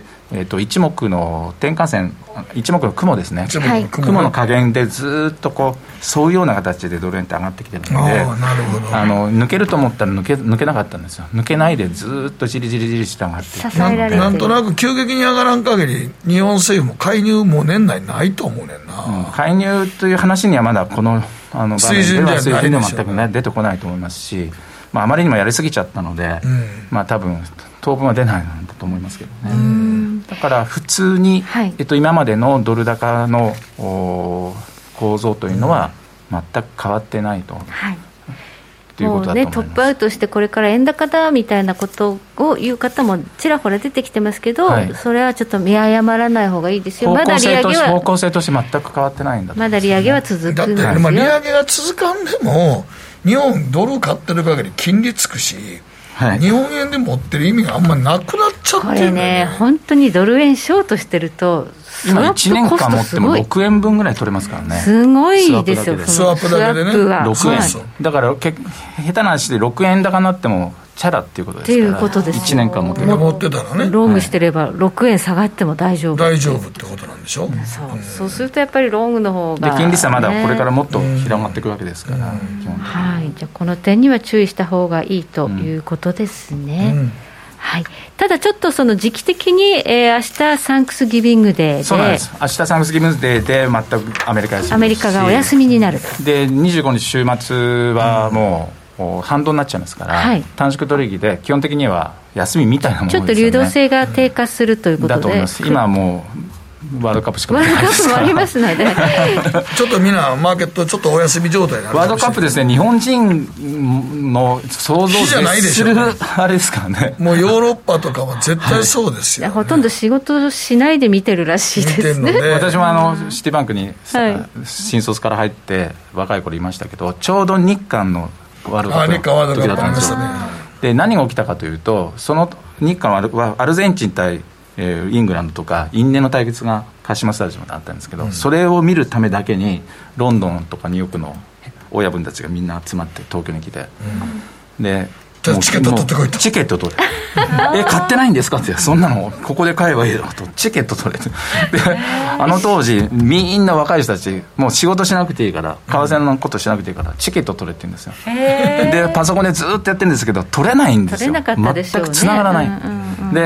一目の転換線、一目の雲ですね、雲の加減でずっと沿うような形でドル円って上がってきてるので、抜けると思ったら抜けなかったんですよ。抜けないでずっとじりじりして上がっていって、 なんとなく急激に上がらん限り日本政府も介入も年内ないと思うねんな、 介入という話にはまだこの場面では水準では全く、出てこないと思いますし、あまりにもやりすぎちゃったので、多分当分は出ないんだと思いますけどね。だから普通に、今までのドル高の構造というのは全く変わってないと、ということだと思います。 トップアウトしてこれから円高だみたいなことを言う方もちらほら出てきてますけど、それはちょっと見誤らない方がいいですよ。まだ利上げは方向性として全く変わってないんだと思います、ね。 まだ利上げは続くんですよ。 だって、利上げが続かんでも日本ドル買ってる限り金利つくし、日本円で持ってる意味があんまりなくなっちゃってるんだよね。 これね、本当にドル円ショートしてると今1年間持っても6円分ぐらい取れますからね。 すごいですよ。 スワップだけでね、 6円、だから下手な話で6円高になってもチャラっていうことですから、 っていうことです。 1年間持ってたらね、 ロングしてれば6円下がっても大丈夫ってことなんでしょ。 そうするとやっぱりロングの方が、 で金利差まだこれからもっと広がっていくわけですから、 じゃあこの点には注意した方がいいということですね。ただちょっとその時期的に、明日サンクスギビングデーで、 そうなんです。明日サンクスギビングデーで全くアメリカ休み、 アメリカがお休みになるで、25日週末はもう、反動になっちゃいますから、短縮取引で基本的には休みみたいなものですよね。 ちょっと流動性が低下するということで、 だと思います。今はもうワールドカップしかないですから、 ワールドカップもありますのでちょっとみんなマーケットちょっとお休み状態になる。 ワールドカップですね、日本人の想像するあれですからね。 もうヨーロッパとかは絶対そうですよ、 ほとんど仕事しないで見てるらしいですね。 私もシティバンクに、新卒から入って若い頃いましたけど、ちょうど日韓のワールドカップの時だったんですよ。で何が起きたかというと、その日韓はアルゼンチン対イングランドとか因縁の対決がカシマスタジアムであったんですけど、それを見るためだけにロンドンとかニューヨークの親分たちがみんな集まって東京に来て、でチケット取ってこいと。 チケット取れ買ってないんですかって、そんなのここで買えばいいだろうと、チケット取れてで当時みんな若い人たちもう仕事しなくていいから、為替のことしなくていいからチケット取れって言うんですよ。でパソコンでずっとやってるんですけど取れないんですよ。 取れなかったでしょうね。 全く繋がらない、で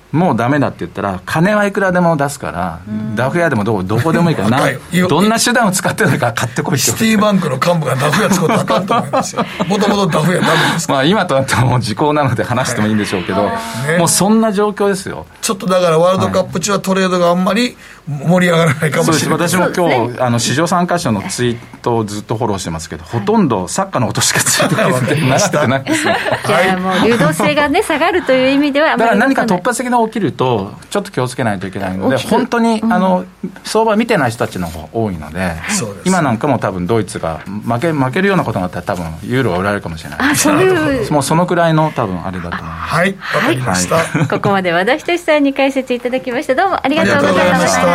もうダメだって言ったら金はいくらでも出すから、ダフ屋でもどこでもいいからどんな手段を使ってるのか買ってこいって。 シティバンクの幹部がダフ屋使うとあかんと思いますよ。もともとダフ屋ダメですか。 まあ今となってはもう時効なので話してもいいんでしょうけど、もうそんな状況ですよ。 ちょっとだからワールドカップ中はトレードがあんまり盛り上がらないかもしれない。 私も今日市場参加者のツイートをずっとフォローしてますけど、ほとんどサッカーのことしかついてないってなってないですね。 じゃあもう流動性がね下がるという意味では、 だから何か突発的な起きるとちょっと気をつけないといけないので、本当に相場見てない人たちの方が多いので、今なんかも多分ドイツが負けるようなことがあったら多分ユーロが売られるかもしれない。もうそのくらいの多分あれだと思います。 はい、わかりました。 ここまで和田仁さんに解説いただきました。どうもありがとうございました。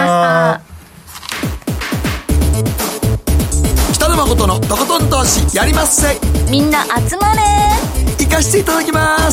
北野誠のとことん投資やりまっせ。 みんな集まれ。 行かしていただきます。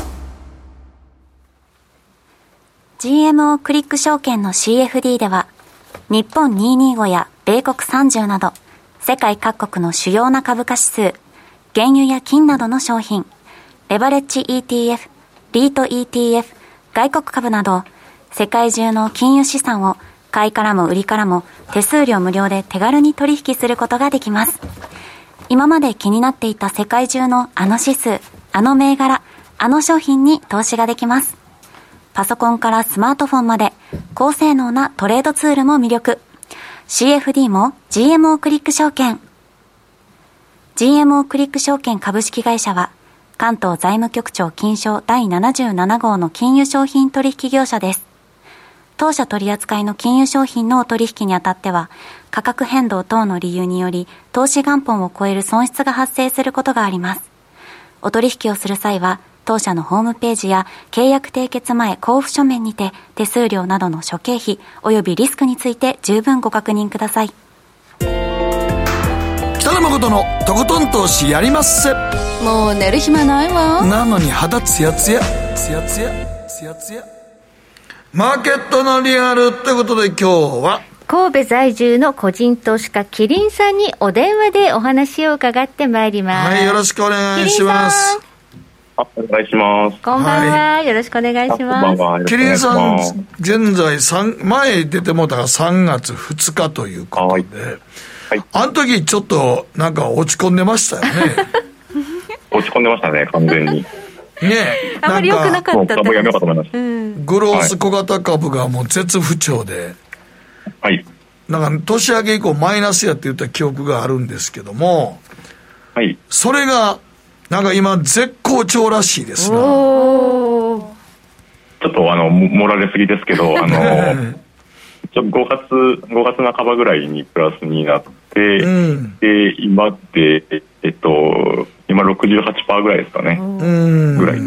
GMO クリック証券の CFD では日本225や米国30など世界各国の主要な株価指数、原油や金などの商品、レバレッジ ETF、リート ETF、外国株など世界中の金融資産を買いからも売りからも手数料無料で手軽に取引することができます。今まで気になっていた世界中のあの指数、あの銘柄、あの商品に投資ができます。パソコンからスマートフォンまで高性能なトレードツールも魅力。CFD も GMO クリック証券。GMO クリック証券株式会社は関東財務局長金賞第77号の金融商品取引業者です。当社取扱いの金融商品のお取引にあたっては価格変動等の理由により投資元本を超える損失が発生することがあります。お取引をする際は当社のホームページや契約締結前交付書面にて手数料などの諸経費及びリスクについて十分ご確認ください。 北野誠のとことん投資やりまっせ。 もう寝る暇ないわ。 なのに肌ツヤツヤツヤツヤツヤツヤ。マーケットのリアルということで今日は神戸在住の個人投資家キリンさんにお電話でお話を伺ってまいります。 はい、よろしくお願いします。 お願いします。 こんばんは、よろしくお願いします。 キリンさん現在前出てもたが3月2日ということで、はい、あの時ちょっとなんか落ち込んでましたよね。 落ち込んでましたね、完全に。 ね、 あまり良くなかったって。 株やめようかと思いました。 グロース小型株がもう絶不調で、 はい。 なんか年明け以降マイナスやって言った記憶があるんですけども、 はい。 それがなんか今絶好調らしいですな。 ちょっと盛られすぎですけど、5月半ばぐらいにプラスになって、で今って今 68% ぐらいですかね。ぐらいです、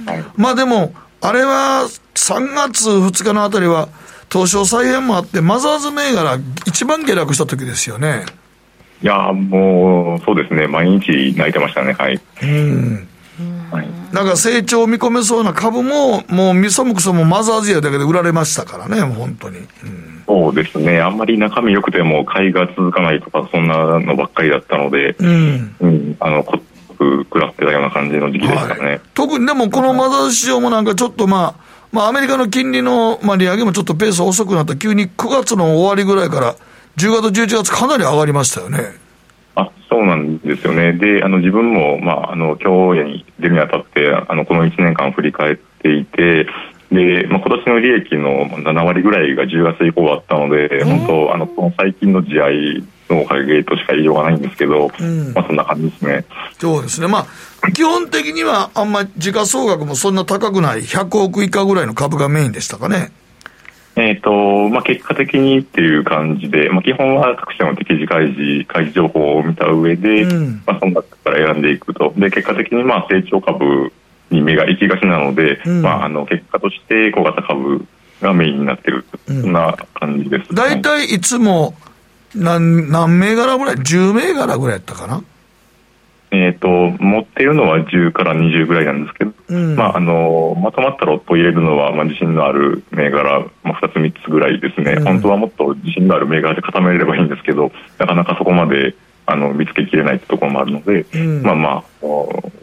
はい。 まあでもあれは3月2日のあたりは東証再編もあってマザーズ銘柄一番下落した時ですよね。 いやもうそうですね、毎日泣いてましたね。はい。 はい、なんか成長を見込めそうな株ももうみそもくそもマザーズやだけで売られましたからね、もう本当に。 そうですね、あんまり中身良くても買いが続かないとかそんなのばっかりだったので、こっく食らってたような感じの時期でしたね。はい、特にでもこのマザーズ市場もなんかちょっとまあアメリカの金利の利上げもちょっとペース遅くなった急に9月の終わりぐらいから10月11月かなり上がりましたよね。 そうなんですよね。で自分も、今日に出るにあたってこの1年間振り返っていて、で、今年の利益の7割ぐらいが10月以降あったので、本当この最近の地合いのおかげとしか言いようがないんですけど、そんな感じですね。 そうですね。基本的にはあんまり時価総額もそんな高くない100億以下ぐらいの株がメインでしたかね。 結果的にっていう感じで、基本は各社の適時開示情報を見た上で、その中から選んでいくと。で、結果的に成長株に目が行きがちなので、結果として小型株がメインになっている、そんな感じです。 大体いつも何銘柄ぐらい ?10 銘柄ぐらいやったかな。 持っているのは10から20ぐらいなんですけど、まとまったロットを入れるのは、自信のある銘柄、2つ3つぐらいですね。本当はもっと自信のある銘柄で固めれればいいんですけど、なかなかそこまで見つけきれないってところもあるので、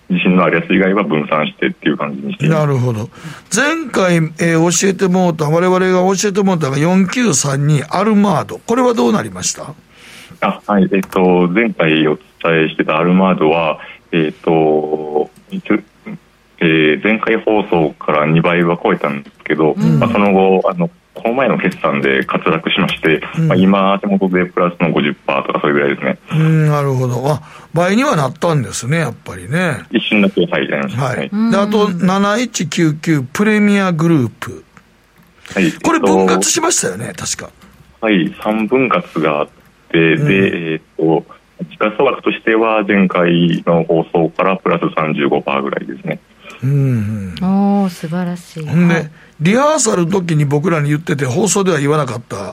自信のあるやつ以外は分散してっていう感じにしています。 なるほど。前回、教えてもうた、我々が教えてもうたが4932アルマード、これはどうなりました？ はい、前回お伝えしてたアルマードは、前回放送から2倍は超えたんですけど、その後この前の決算で滑落しまして、今手元でプラスの 50% とかそれぐらいですね。 なるほど。倍にはなったんですね、やっぱりね。 一瞬だけ入りました。 はい。で、あと7199プレミアグループ、はい、これ分割しましたよね、確か。はい、 3分割があって、で時価総額としては前回の放送からプラス 35% ぐらいですね。 素晴らしい。 で、リハーサルの時に僕らに言ってて放送では言わなかった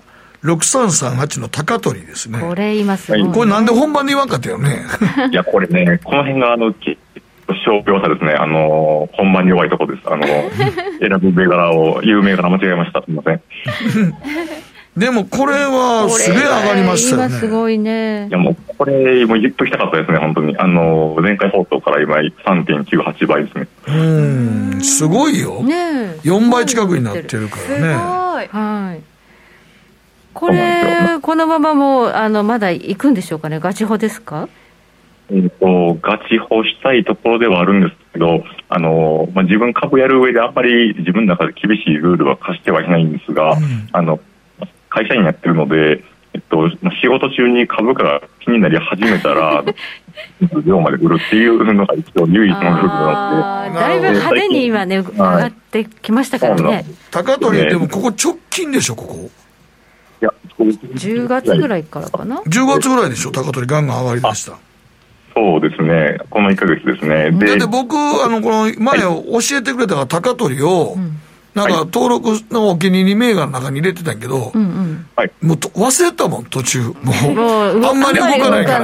6338の高取ですね。 これ今すごい、 これなんで本番で言わんかったよね。 いや、これね、この辺が商標差ですね。本番に弱いところです。選ぶ銘柄を有名柄間違えました。すみません。 でもこれはすげえ上がりましたよね。 今すごいね。 いや、もうこれもう言っときたかったですね、本当に。前回放送から今 3.98 倍ですね。 すごいよ。ね、4倍近くになってるからね。すごい。 はい。これこのままもうまだ行くんでしょうかね。ガチホですか？ ガチホしたいところではあるんですけど、自分株やる上であんまり自分の中で厳しいルールは課してはいないんですが、会社員やってるので、仕事中に株価が気になり始めたら量まで売るっていうのが一応唯一のルールなので、 だいぶ派手に今ね、上がってきましたからね。 高取でもここ直近でしょ、ここ。 いや、 10月ぐらいからかな。 10月ぐらいでしょ、高取ガンガン上がりました。 そうですね、この1ヶ月ですね。 だって僕この前教えてくれた高取を、なんか登録のお気に入り銘柄の中に入れてたんやけど、もう忘れたもん、途中。もうあんまり動かないから。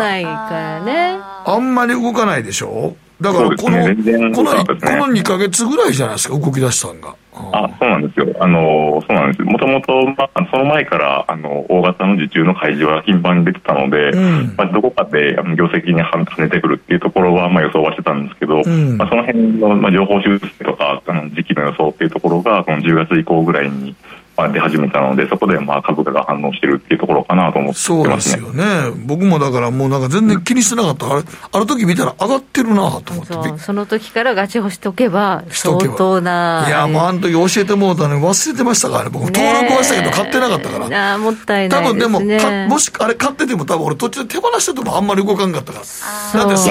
あんまり動かないでしょ。だからこの2ヶ月ぐらいじゃないですか、動き出したんが。 そうなんですよ。そうなんです。もともとその前から大型の受注の開示は頻繁に出てたので、どこかで業績に跳ねてくるっていうところは予想はしてたんですけど、その辺の情報修正とか時期の予想っていうところがこの10月以降ぐらいに出始めたので、そこで株価が反応してるっていうところかなと思ってますね。 そうですよね。僕もだからもうなんか全然気にしてなかった。ある時見たら上がってるなと思って。 その時からガチホしとけば相当な。 いや、もうあの時教えてもうたのに忘れてましたからね。僕登録はしたけど買ってなかったから。 もったいないですね。 多分でももしあれ買ってても多分俺途中で手放しててもあんまり動かんかったから。だって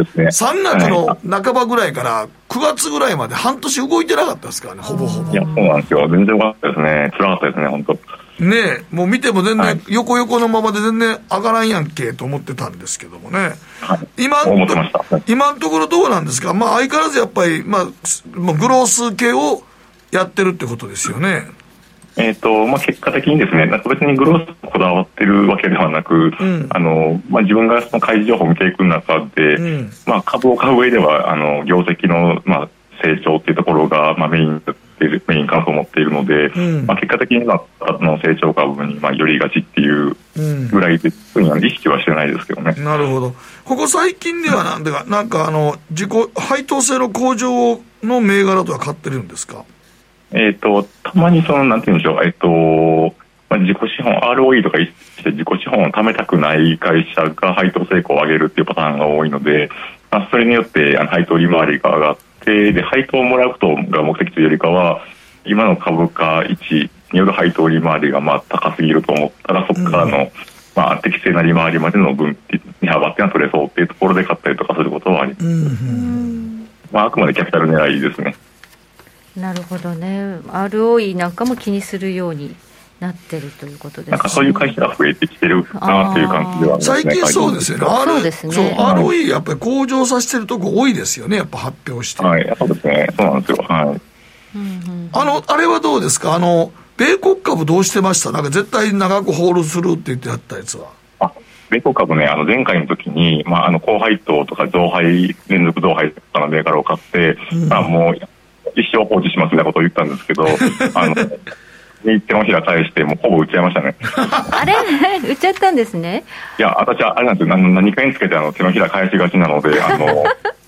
3月の半ばぐらいから9月ぐらいまで半年動いてなかったですからね、ほぼほぼ。 いや、そうなんですよ。全然良かったですね。辛かったですね、本当。 ねえ、もう見ても全然、横のままで全然上がらんやんけと思ってたんですけどもね。今のところどうなんですか。相変わらずやっぱり、グロース系をやってるってことですよね。 結果的にですね、別にグロースにこだわってるわけではなく、自分がその開示情報を見ていく中で、株を買う上では業績の成長っていうところがメインかなと思っているので、結果的に成長株に寄りがちっていうぐらいで、意識はしてないですけどね。 なるほど。ここ最近ではなんか自己配当性の向上の銘柄とは買ってるんですか。 たまになんて言うんでしょう、自己資本 ROE とかして自己資本を貯めたくない会社が配当成功を上げるっていうパターンが多いので、それによって配当利回りが上がって、で配当をもらうことが目的というよりかは、今の株価位置による配当利回りが高すぎると思ったら、そこからの、適正な利回りまでの分に幅っていうのは取れそうっていうところで買ったりとかすることはあります。あくまでキャピタル狙いですね。 なるほどね。 ROE なんかも気にするようになってるということですね。 なんかそういう会社が増えてきてるなっていう感じではありますね。 最近そうですよね。そうですね。ROE やっぱり向上させてるとこ多いですよね、やっぱ発表して。 はい、そうですね。そうなんですよ。はい。 あれはどうですか。米国株どうしてました。なんか絶対長くホールするって言ってやったやつは。 米国株ね、前回の時に、高配当とか連続増配とかの銘柄を買って、もう一生放置しますみたいなことを言ったんですけど、手のひら返してもうほぼ売っちゃいましたね。 あれ売っちゃったんですね。 いや、私はあれなんですよ、何回につけて手のひら返しがちなので、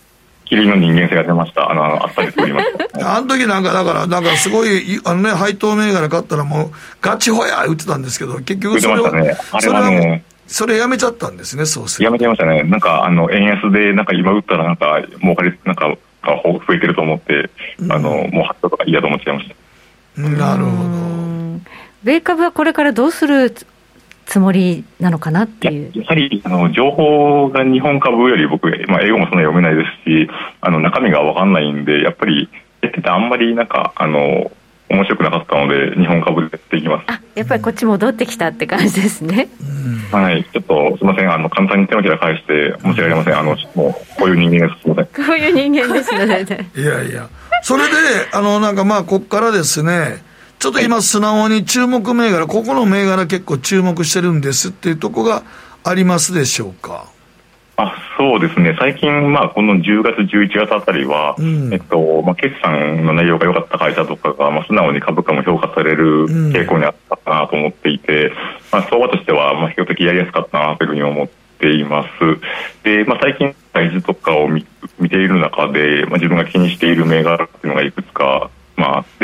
キリンの人間性が出ました。あっさり作りました。 あの時なんかすごい、配当銘柄買ったらもう、ガチホヤー言ってたんですけど、結局それは、ね、それやめちゃったんですね、そうする。 やめちゃいましたね。なんか、円安で、なんか今売ったらなんか、儲かり、なんか、増えてると思って、もう発想とか嫌と思っちゃいました。 なるほど。 米株はこれからどうするつもりなのかなっていう。 やはり情報が日本株より僕、英語もそんな読めないですし、中身が分かんないんで、やっぱりやっててあんまりなんか面白くなかったので、日本株でやっていきます。 やっぱりこっち戻ってきたって感じですね。 はい、ちょっとすみません、簡単に手のひら返して申し訳ありません。もうこういう人間です。すみません。 こういう人間ですので。 いやいや、それでなんかまあこっからですね。ちょっと今素直に注目銘柄、ここの銘柄結構注目してるんですっていうところがありますでしょうか。 そうですね、最近、この10月、11月あたりは、決算の内容が良かった会社とかが、素直に株価も評価される傾向にあったかなと思っていて、相場としては、比較的やりやすかったなというふうに思っています。で、最近、大豆とかを見ている中で、自分が気にしている銘柄っていうのがいくつか、あって、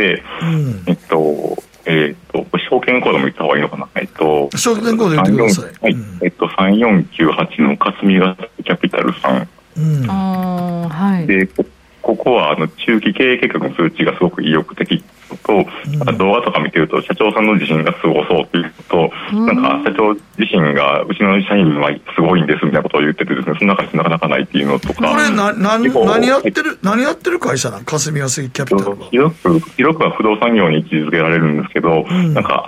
証券コードも言った方がいいのかな。 証券コード言ってください。 3498の霞ヶ関キャピタルさん。 はい。 で、ここは中期経営計画の数値がすごく意欲的と、動画とか見てると社長さんの自信がすごそうっていうと、なんか社長自身がうちの社員はすごいんですみたいなことを言っててですね、そんな会社なかなかないっていうのとか。 これ何やってる会社なん？霞ヶ関キャピタルは。 広くは不動産業に位置づけられるんですけど、なんか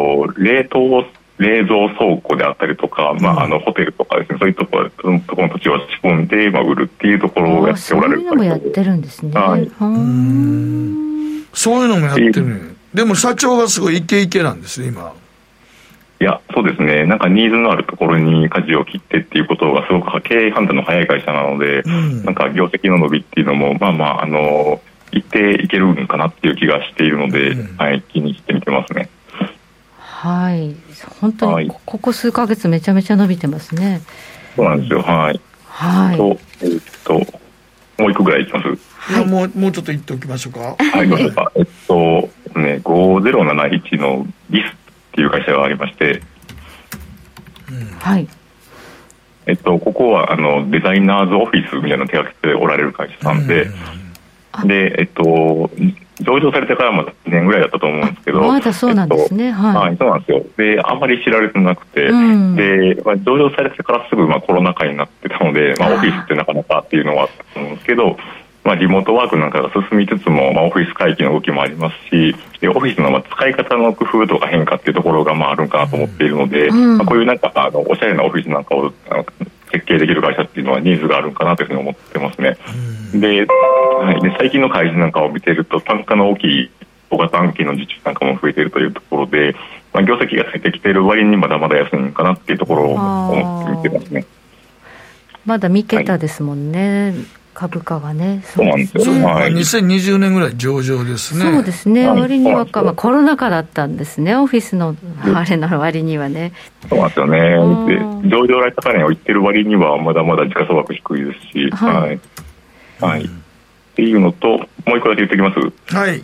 冷蔵倉庫であったりとか、ホテルとかですね、そういうところの土地を仕込んで、売るっていうところをやっておられる。 そういうのもやってるんですね。はい、 そういうのもやってる。でも社長がすごいイケイケなんですね、今。 いや、そうですね。なんかニーズのあるところに舵を切ってっていうことがすごく経営判断の早い会社なので、なんか業績の伸びっていうのも、一定いけるんかなっていう気がしているので、気にしてみてますね。 はい、本当にここ数ヶ月めちゃめちゃ伸びてますね。 そうなんですよ。はい。 はい。 もう一個ぐらいいきます。 いや、もうちょっと言っておきましょうか。 はい、どうでしょうか。5071のリスっていう会社がありまして、 はい。 ここはデザイナーズオフィスみたいなのを手掛けておられる会社さんで、で、上場されてからも1年ぐらいだったと思うんですけど、 まだそうなんですね。 はい、そうなんですよ。で、あんまり知られてなくて、で、上場されてからすぐコロナ禍になってたので、オフィスってなかなかっていうのはあったと思うんですけど、リモートワークなんかが進みつつも、オフィス回帰の動きもありますし、でオフィスの使い方の工夫とか変化っていうところがあるんかなと思っているので、こういうなんかおしゃれなオフィスなんかを設計できる会社っていうのはニーズがあるんかなというふうに思ってますね。で、最近の会社なんかを見ていると、単価の大きい小型案件の受注なんかも増えているというところで、業績がついてきている割にまだまだ安いのかなっていうところを思って見てますね。 まだ3桁ですもんね、株価がね。 そうなんですよ。 2020年ぐらい上場ですね。 そうですね。割にはコロナ禍だったんですね。オフィスのあれの割にはね。 そうなんですよね。で、上場来高値を言ってる割にはまだまだ時価総額低いですし、はい。っていうのと、もう一個だけ言っておきます。 はい。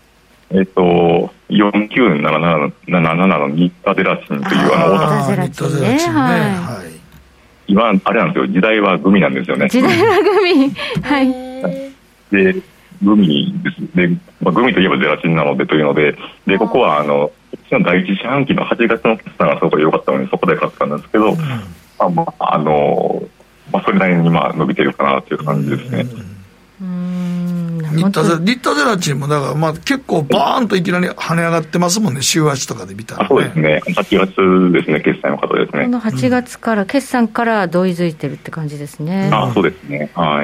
4977のニッタゼラチンというニッタゼラチンね。はい。 今あれなんですよ、時代はグミなんですよね。 時代はグミ、はい。 で、グミです。で、グミといえばゼラチンなのでというので、でここは第一四半期の8月の決算がすごく良かったのでそこで買ったんですけど、それなりに伸びてるかなという感じですね。 ニッタゼラチンもだから結構バーンといきなり跳ね上がってますもんね、週足とかで見たら、ね。 そうですね。8月ですね、決算の方ですね。 この8月から決算から同意づいてるって感じですね。 そうですね。はい。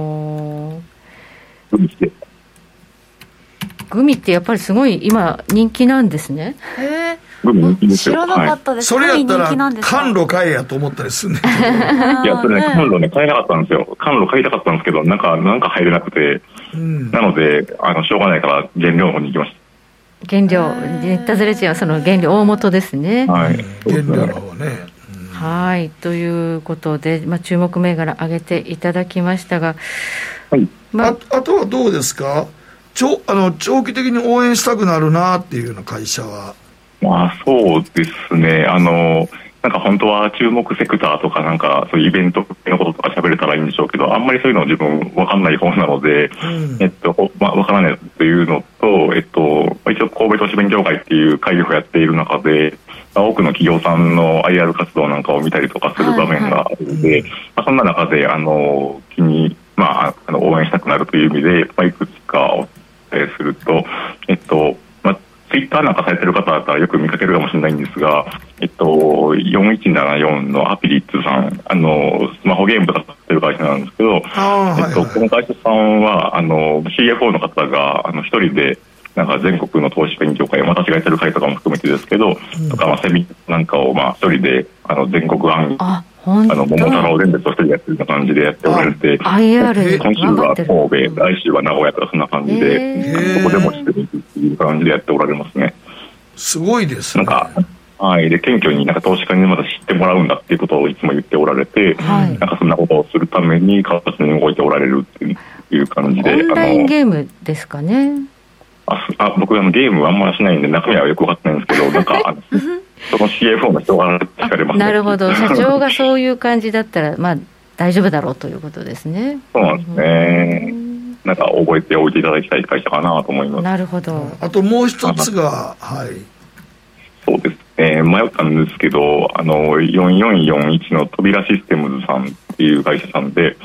グミってやっぱりすごい今人気なんですね。 知らなかったです。 それやったら甘露買えやと思ったりするね。 いや、それね、甘露ね、買えなかったんですよ。甘露買いたかったんですけど、なんか入れなくて、なのでしょうがないから原料の方に行きました。 原料、ニッタゼラチンはその原料大元ですね。 はい。 原料の方ね。 はい、ということで、注目銘柄上げていただきましたが、 はい、あとはどうですか、長期的に応援したくなるなっていうような会社は。 そうですね、なんか本当は注目セクターとかなんかそういうイベントのこととか喋れたらいいんでしょうけど、あんまりそういうの自分分かんない方なので、分からないというのと、一応神戸都市弁協会っていう会をやっている中で、多くの企業さんの IR 活動なんかを見たりとかする場面があるので、そんな中で気に、応援したくなるという意味で、いくつかお伝えすると、ツイッターなんかされてる方だったらよく見かけるかもしれないんですが、4174のアピリッツさん、スマホゲームとかやってる会社なんですけど、この会社さんはCFO の方が一人でなんか全国の投資勉強会、私がやってる会とかも含めてですけど、とかセミなんかを一人で全国案桃太郎電鉄と一人でやってるような感じでやっておられて、今週は神戸、来週は名古屋とかそんな感じで、どこでもしてるっていう感じでやっておられますね。 すごいですね。 で謙虚になんか投資家にまだ知ってもらうんだっていうことをいつも言っておられて、なんかそんなことをするために活発に動いておられるっていう感じで。 オンラインゲームですかね。 僕ゲームあんまりしないんで中身はよく分かってないんですけど、なんかその CFO の人が聞かれます、ね、 なるほど、社長がそういう感じだったら大丈夫だろうということですね。 そうなんですね。なんか覚えておいていただきたい会社かなと思います。 なるほど。 あともう一つが、 そうですね、迷ったんですけど、4441の扉システムズさんっていう会社さんで、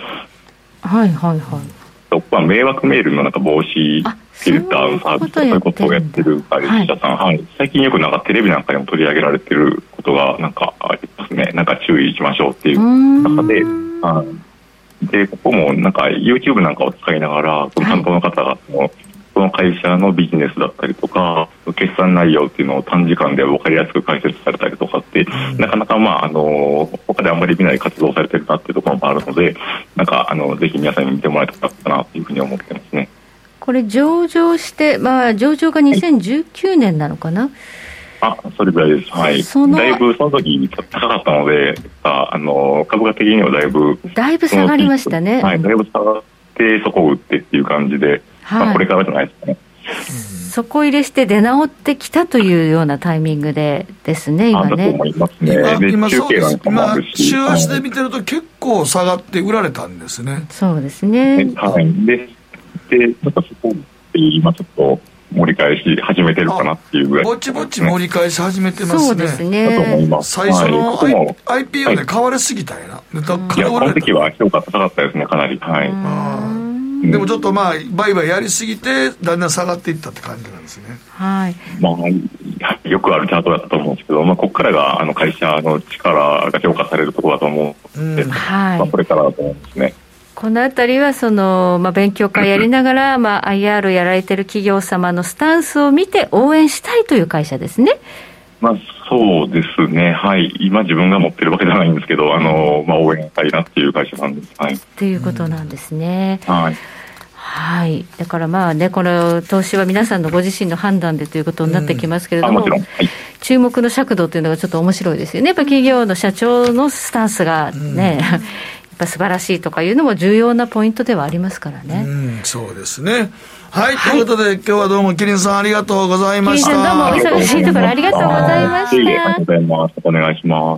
迷惑メールのなんか防止フィルターのサービスとかそういうことをやってる会社さん、最近よくなんかテレビなんかでも取り上げられてることがなんかありますね。なんか注意しましょうっていう中で、でここもなんか YouTube なんかを使いながら、その担当の方がその会社のビジネスだったりとか決算内容っていうのを短時間で分かりやすく解説されたりとかって、なかなか他であんまり見ない活動をされてるなっていうところもあるので、なんかぜひ皆さんに見てもらいたかったなというふうに思ってますね。 これ上場して、上場が2019年なのかな。 それぐらいです。だいぶその時高かったので、株価的にはだいぶ下がりましたね。 だいぶ下がってそこを打ってっていう感じで、これからじゃないですかね。 底入れして出直ってきたというようなタイミングですね、今ね。 だと思いますね。 今そうです。今週足で見てると結構下がって売られたんですね。 そうですね。 でちょっとそこで今ちょっと盛り返し始めてるかなっていうぐらい、 ぼちぼち盛り返し始めてますね。 そうですね。 だと思います。 最初の、IPO で買われすぎたよな。 この時は評価高かったですね、かなり。 でもちょっと売買やりすぎてだんだん下がっていったって感じなんですね。 よくあるチャートだったと思うんですけど、ここからが会社の力が評価されるところだと思うので、これからだと思うんですね。 このあたりは勉強会やりながら、IR やられてる企業様のスタンスを見て応援したいという会社ですね。 そうですね。今自分が持ってるわけじゃないんですけど、応援したいなっていう会社なんです。 っていうことなんですね。だからこの投資は皆さんのご自身の判断でということになってきますけれども、注目の尺度というのがちょっと面白いですよね。やっぱ企業の社長のスタンスがね、やっぱ素晴らしいとかいうのも重要なポイントではありますからね。 そうですね。ということで今日はどうもキリンさんありがとうございました。 キリンさんどうもお忙しいところありがとうございました。 ありがとうございます。お願いします。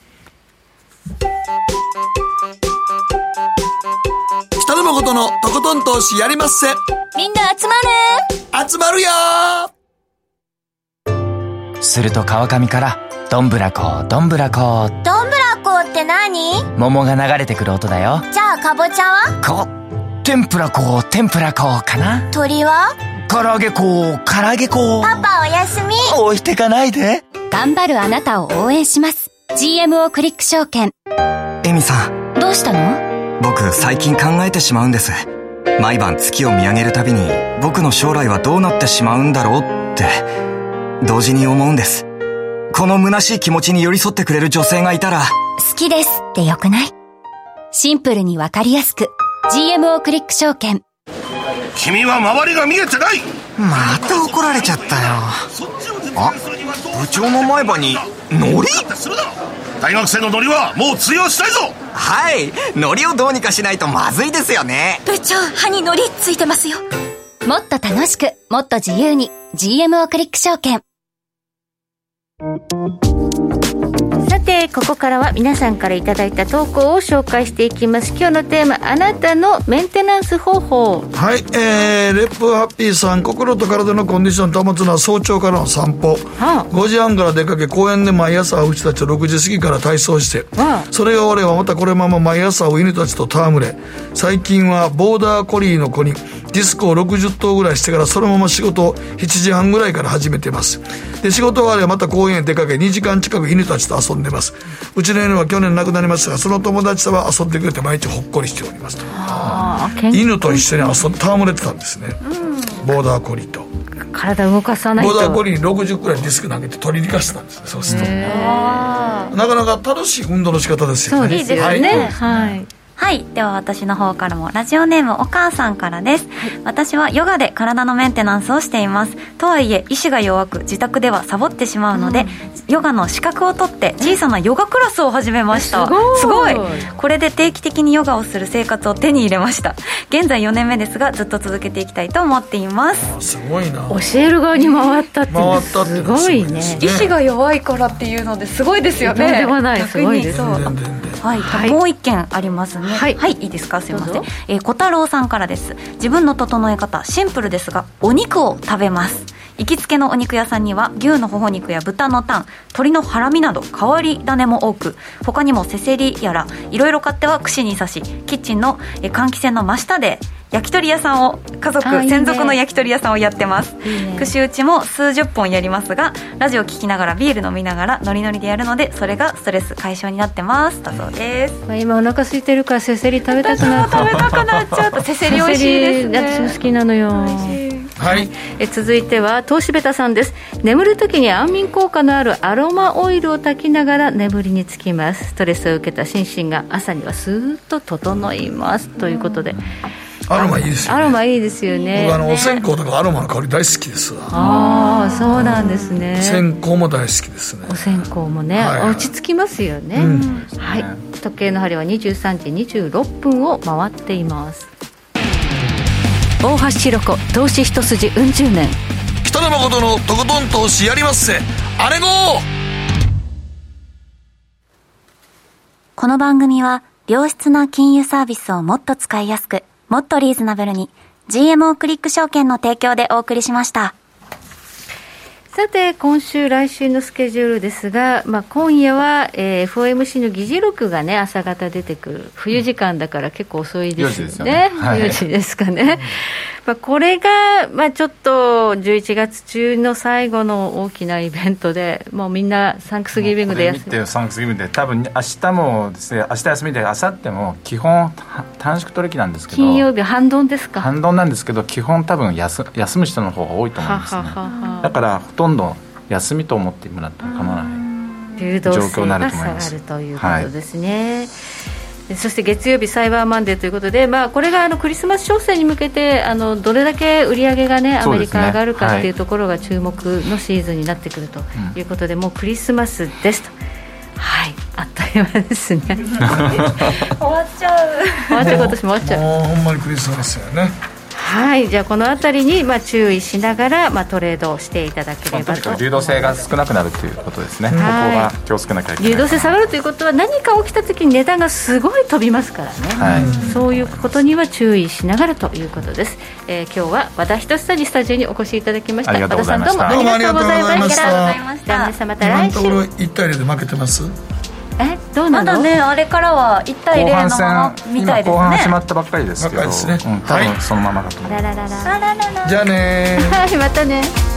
北野誠のとことん投資やりまっせ。 みんな集まる。 集まるよ。 すると川上からどんぶらこどんぶらこ。 どんぶらこって何？ 桃が流れてくる音だよ。 じゃあかぼちゃは？ 天ぷらこ天ぷらこかな。 鳥は？ 唐揚げこ唐揚げこ。 パパおやすみ。 置いてかないで。 頑張るあなたを応援します。 GMO クリック証券。 エミさん、 どうしたの？ 僕最近考えてしまうんです。毎晩月を見上げるたびに僕の将来はどうなってしまうんだろうって同時に思うんです。この虚しい気持ちに寄り添ってくれる女性がいたら。 好きですってよくない？シンプルにわかりやすく GMO クリック証券。 君は周りが見えてない。 また怒られちゃったよ。部長の前歯にノリ？ 大学生のノリはもう通用したいぞ。 はい、ノリをどうにかしないとまずいですよね。 部長、歯にノリついてますよ。 もっと楽しく、もっと自由に GMO クリック証券。 さて、ここからは皆さんからいただいた投稿を紹介していきます。今日のテーマ、あなたのメンテナンス方法。 はい、レップハッピーさん、心と体のコンディションを保つのは早朝からの散歩、5時半から出かけ、公園で毎朝うちたちと6時過ぎから体操して、それが終わればまたこれまま毎朝犬たちと戯れ、最近はボーダーコリーの子にディスコを60頭ぐらいしてからそのまま仕事を7時半ぐらいから始めてます。で、仕事終わればまた公園へ出かけ、2時間近く犬たちと遊んでます。うちの犬は去年亡くなりましたが、その友達とは遊んでくれて毎日ほっこりしておりますと。犬と一緒に戯れてたんですね、ボーダーコリーと。 体動かさないと。 ボーダーコリーに60くらいディスク投げて取り逃がしてたんですね。そうするとなかなか楽しい運動の仕方ですよね。 そうですよね。はい、 はい、では私の方からもラジオネームお母さんからです、私はヨガで体のメンテナンスをしています。とはいえ意志が弱く自宅ではサボってしまうので、ヨガの資格を取って小さなヨガクラスを始めました。すごい。これで定期的にヨガをする生活を手に入れました。現在4年目ですがずっと続けていきたいと思っています。 すごいな。 教える側に回ったってすごいね。 意志が弱いからっていうのですごいですよね。 とんでもない。すごいです。 はい、もう一件ありますね。はい、いいですか、すいません。小太郎さんからです。自分の整え方シンプルですがお肉を食べます。行きつけのお肉屋さんには牛のほほ肉や豚のタン、鶏のハラミなど変わり種も多く、他にもせせりやらいろいろ買っては串に刺し、キッチンの換気扇の真下で焼き鳥屋さんを専属の焼き鳥屋さんをやってます。串打ちも数十本やりますが、ラジオ聞きながらビール飲みながらノリノリでやるので、それがストレス解消になってますだそうです。 今お腹空いてるからせせり食べたくなっちゃった。せせり美味しいですね。私も好きなのよ。 はい、 続いては東芝さんです。眠るときに安眠効果のあるアロマオイルを炊きながら眠りにつきます。ストレスを受けた心身が朝にはスーッと整いますということで、 アロマいいですよね。 アロマいいですよね。 僕お線香とかアロマの香り大好きですわ。 ああ、そうなんですね。 線香も大好きですね。 お線香もね、落ち着きますよね、はい。時計の針は23時26分を回っています。大橋ひろ子投資一筋うん十年、 北野誠のとことん投資やりまっせ、あれごー。 この番組は良質な金融サービスをもっと使いやすく、もっとリーズナブルに GMO クリック証券の提供でお送りしました。 さて今週来週のスケジュールですが、今夜は、FOMC の議事録がね朝方出てくる。冬時間だから結構遅いですよね。4時ですかね。これが、ちょっと11月中の最後の大きなイベントで、もうみんなサンクスギビングでサンクスギビングで多分明日もですね、明日休みで明後日も基本短縮取引なんですけど、 金曜日半ドンですか。 半ドンなんですけど、基本多分休む人の方が多いと思うんですね。だからほとんど休みと思ってもらっても構わない状況になると思います。 流動性が下がるということですね、そして月曜日サイバーマンデーということで、これがクリスマス商戦に向けてどれだけ売り上げがねアメリカ上がるかっていうところが注目のシーズンになってくるということで、もうクリスマスですと。はい、あっという間ですね。終わっちゃう。 今年も終わっちゃう。 もうほんまにクリスマスよね。 はい、じゃあこのあたりに注意しながらトレードをしていただければと。 流動性が少なくなるということですね。ここが気をつけなきゃいけない。 流動性下がるということは何か起きた時に値段がすごい飛びますからね、そういうことには注意しながらということです。今日は和田仁さんにスタジオにお越しいただきました。和田さんどうもありがとうございました。じゃあ皆さんまた来週。 今のところ1対0で負けてます。 どうなの？ まだね、あれからは1対0のままみたいですね。 後半始まったばっかりですけど、 ですね、 多分そのままだと思います。 じゃあねはい、またね。